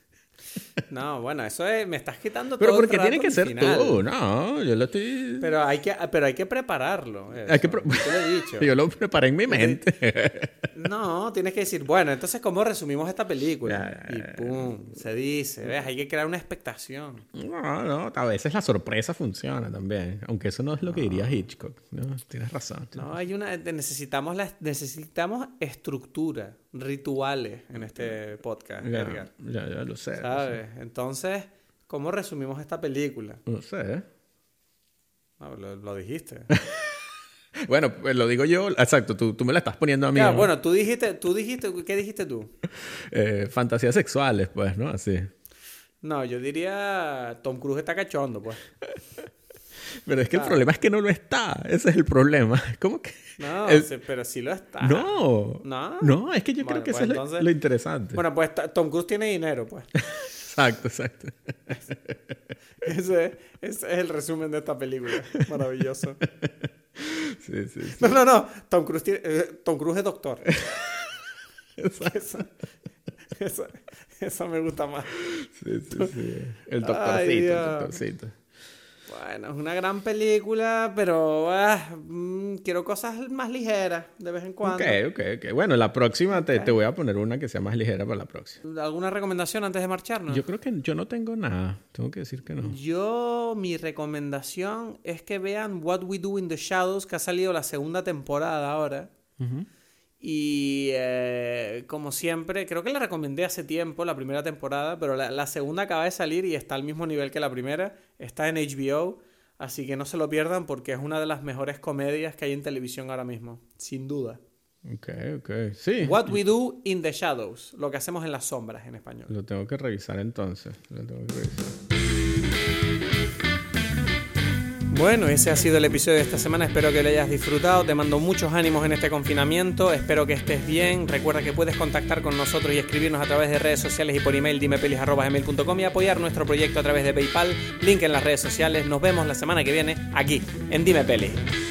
No, bueno, eso es, me estás quitando Pero todo el porque rato tiene que al ser final. tú, no, yo lo estoy... Pero hay que, pero hay que prepararlo. Eso. Hay que pro- Yo te lo he dicho. Yo lo preparé en mi mente. No, tienes que decir, bueno, entonces, ¿cómo resumimos esta película? Ya, ya, Y pum, se dice, ¿ves? Hay que crear una expectación. No, no, a veces la sorpresa funciona también. Aunque eso no es lo que diría Hitchcock. No, tienes razón. No, hay una, necesitamos, la, necesitamos estructura, rituales en este podcast, Ya, Edgar. ya, ya lo sé. ¿Sabes? Entonces, ¿cómo resumimos esta película? No sé. ¿eh? No, lo, lo dijiste. Bueno, pues lo digo yo. Exacto, tú, tú me la estás poniendo a mí. Claro, ¿no? bueno, tú dijiste, tú dijiste, ¿qué dijiste tú? Eh, fantasías sexuales, pues, ¿no? Así. No, yo diría Tom Cruise está cachondo, pues. Pero es que el Claro. problema es que no lo está. Ese es el problema. ¿Cómo que...? No, El- sí, pero sí lo está. No. ¿No? No, es que yo Bueno, creo que pues eso es lo- entonces- lo interesante. Bueno, pues ta- Tom Cruise tiene dinero, pues. Exacto, exacto. Ese, es- ese es el resumen de esta película. Maravilloso. Sí, sí, sí. No, no, no. Tom Cruise, tiene- eh, Tom Cruise es doctor. Exacto. Eso, eso, eso me gusta más. Sí, sí, sí. El Ay, doctorcito, el Dios. doctorcito. Bueno, es una gran película, pero ah, mm, quiero cosas más ligeras de vez en cuando. Ok, ok, ok. Bueno, la próxima te, Ok. te voy a poner una que sea más ligera para la próxima. ¿Alguna recomendación antes de marcharnos? Yo creo que yo no tengo nada. Tengo que decir que no. Yo, mi recomendación es que vean What We Do in the Shadows, que ha salido la segunda temporada ahora. Ujú. Y eh, como siempre, creo que la recomendé hace tiempo, la primera temporada, pero la, la segunda acaba de salir y está al mismo nivel que la primera. Está en H B O, así que no se lo pierdan porque es una de las mejores comedias que hay en televisión ahora mismo, sin duda. Ok, ok. Sí. What We Do in the Shadows, lo que hacemos en las sombras en español. Lo tengo que revisar entonces. Lo tengo que revisar. Bueno, ese ha sido el episodio de esta semana. Espero que lo hayas disfrutado. Te mando muchos ánimos en este confinamiento. Espero que estés bien. Recuerda que puedes contactar con nosotros y escribirnos a través de redes sociales y por email dimepelis arroba gmail punto com y apoyar nuestro proyecto a través de PayPal. Link en las redes sociales. Nos vemos la semana que viene aquí en Dime Pelis.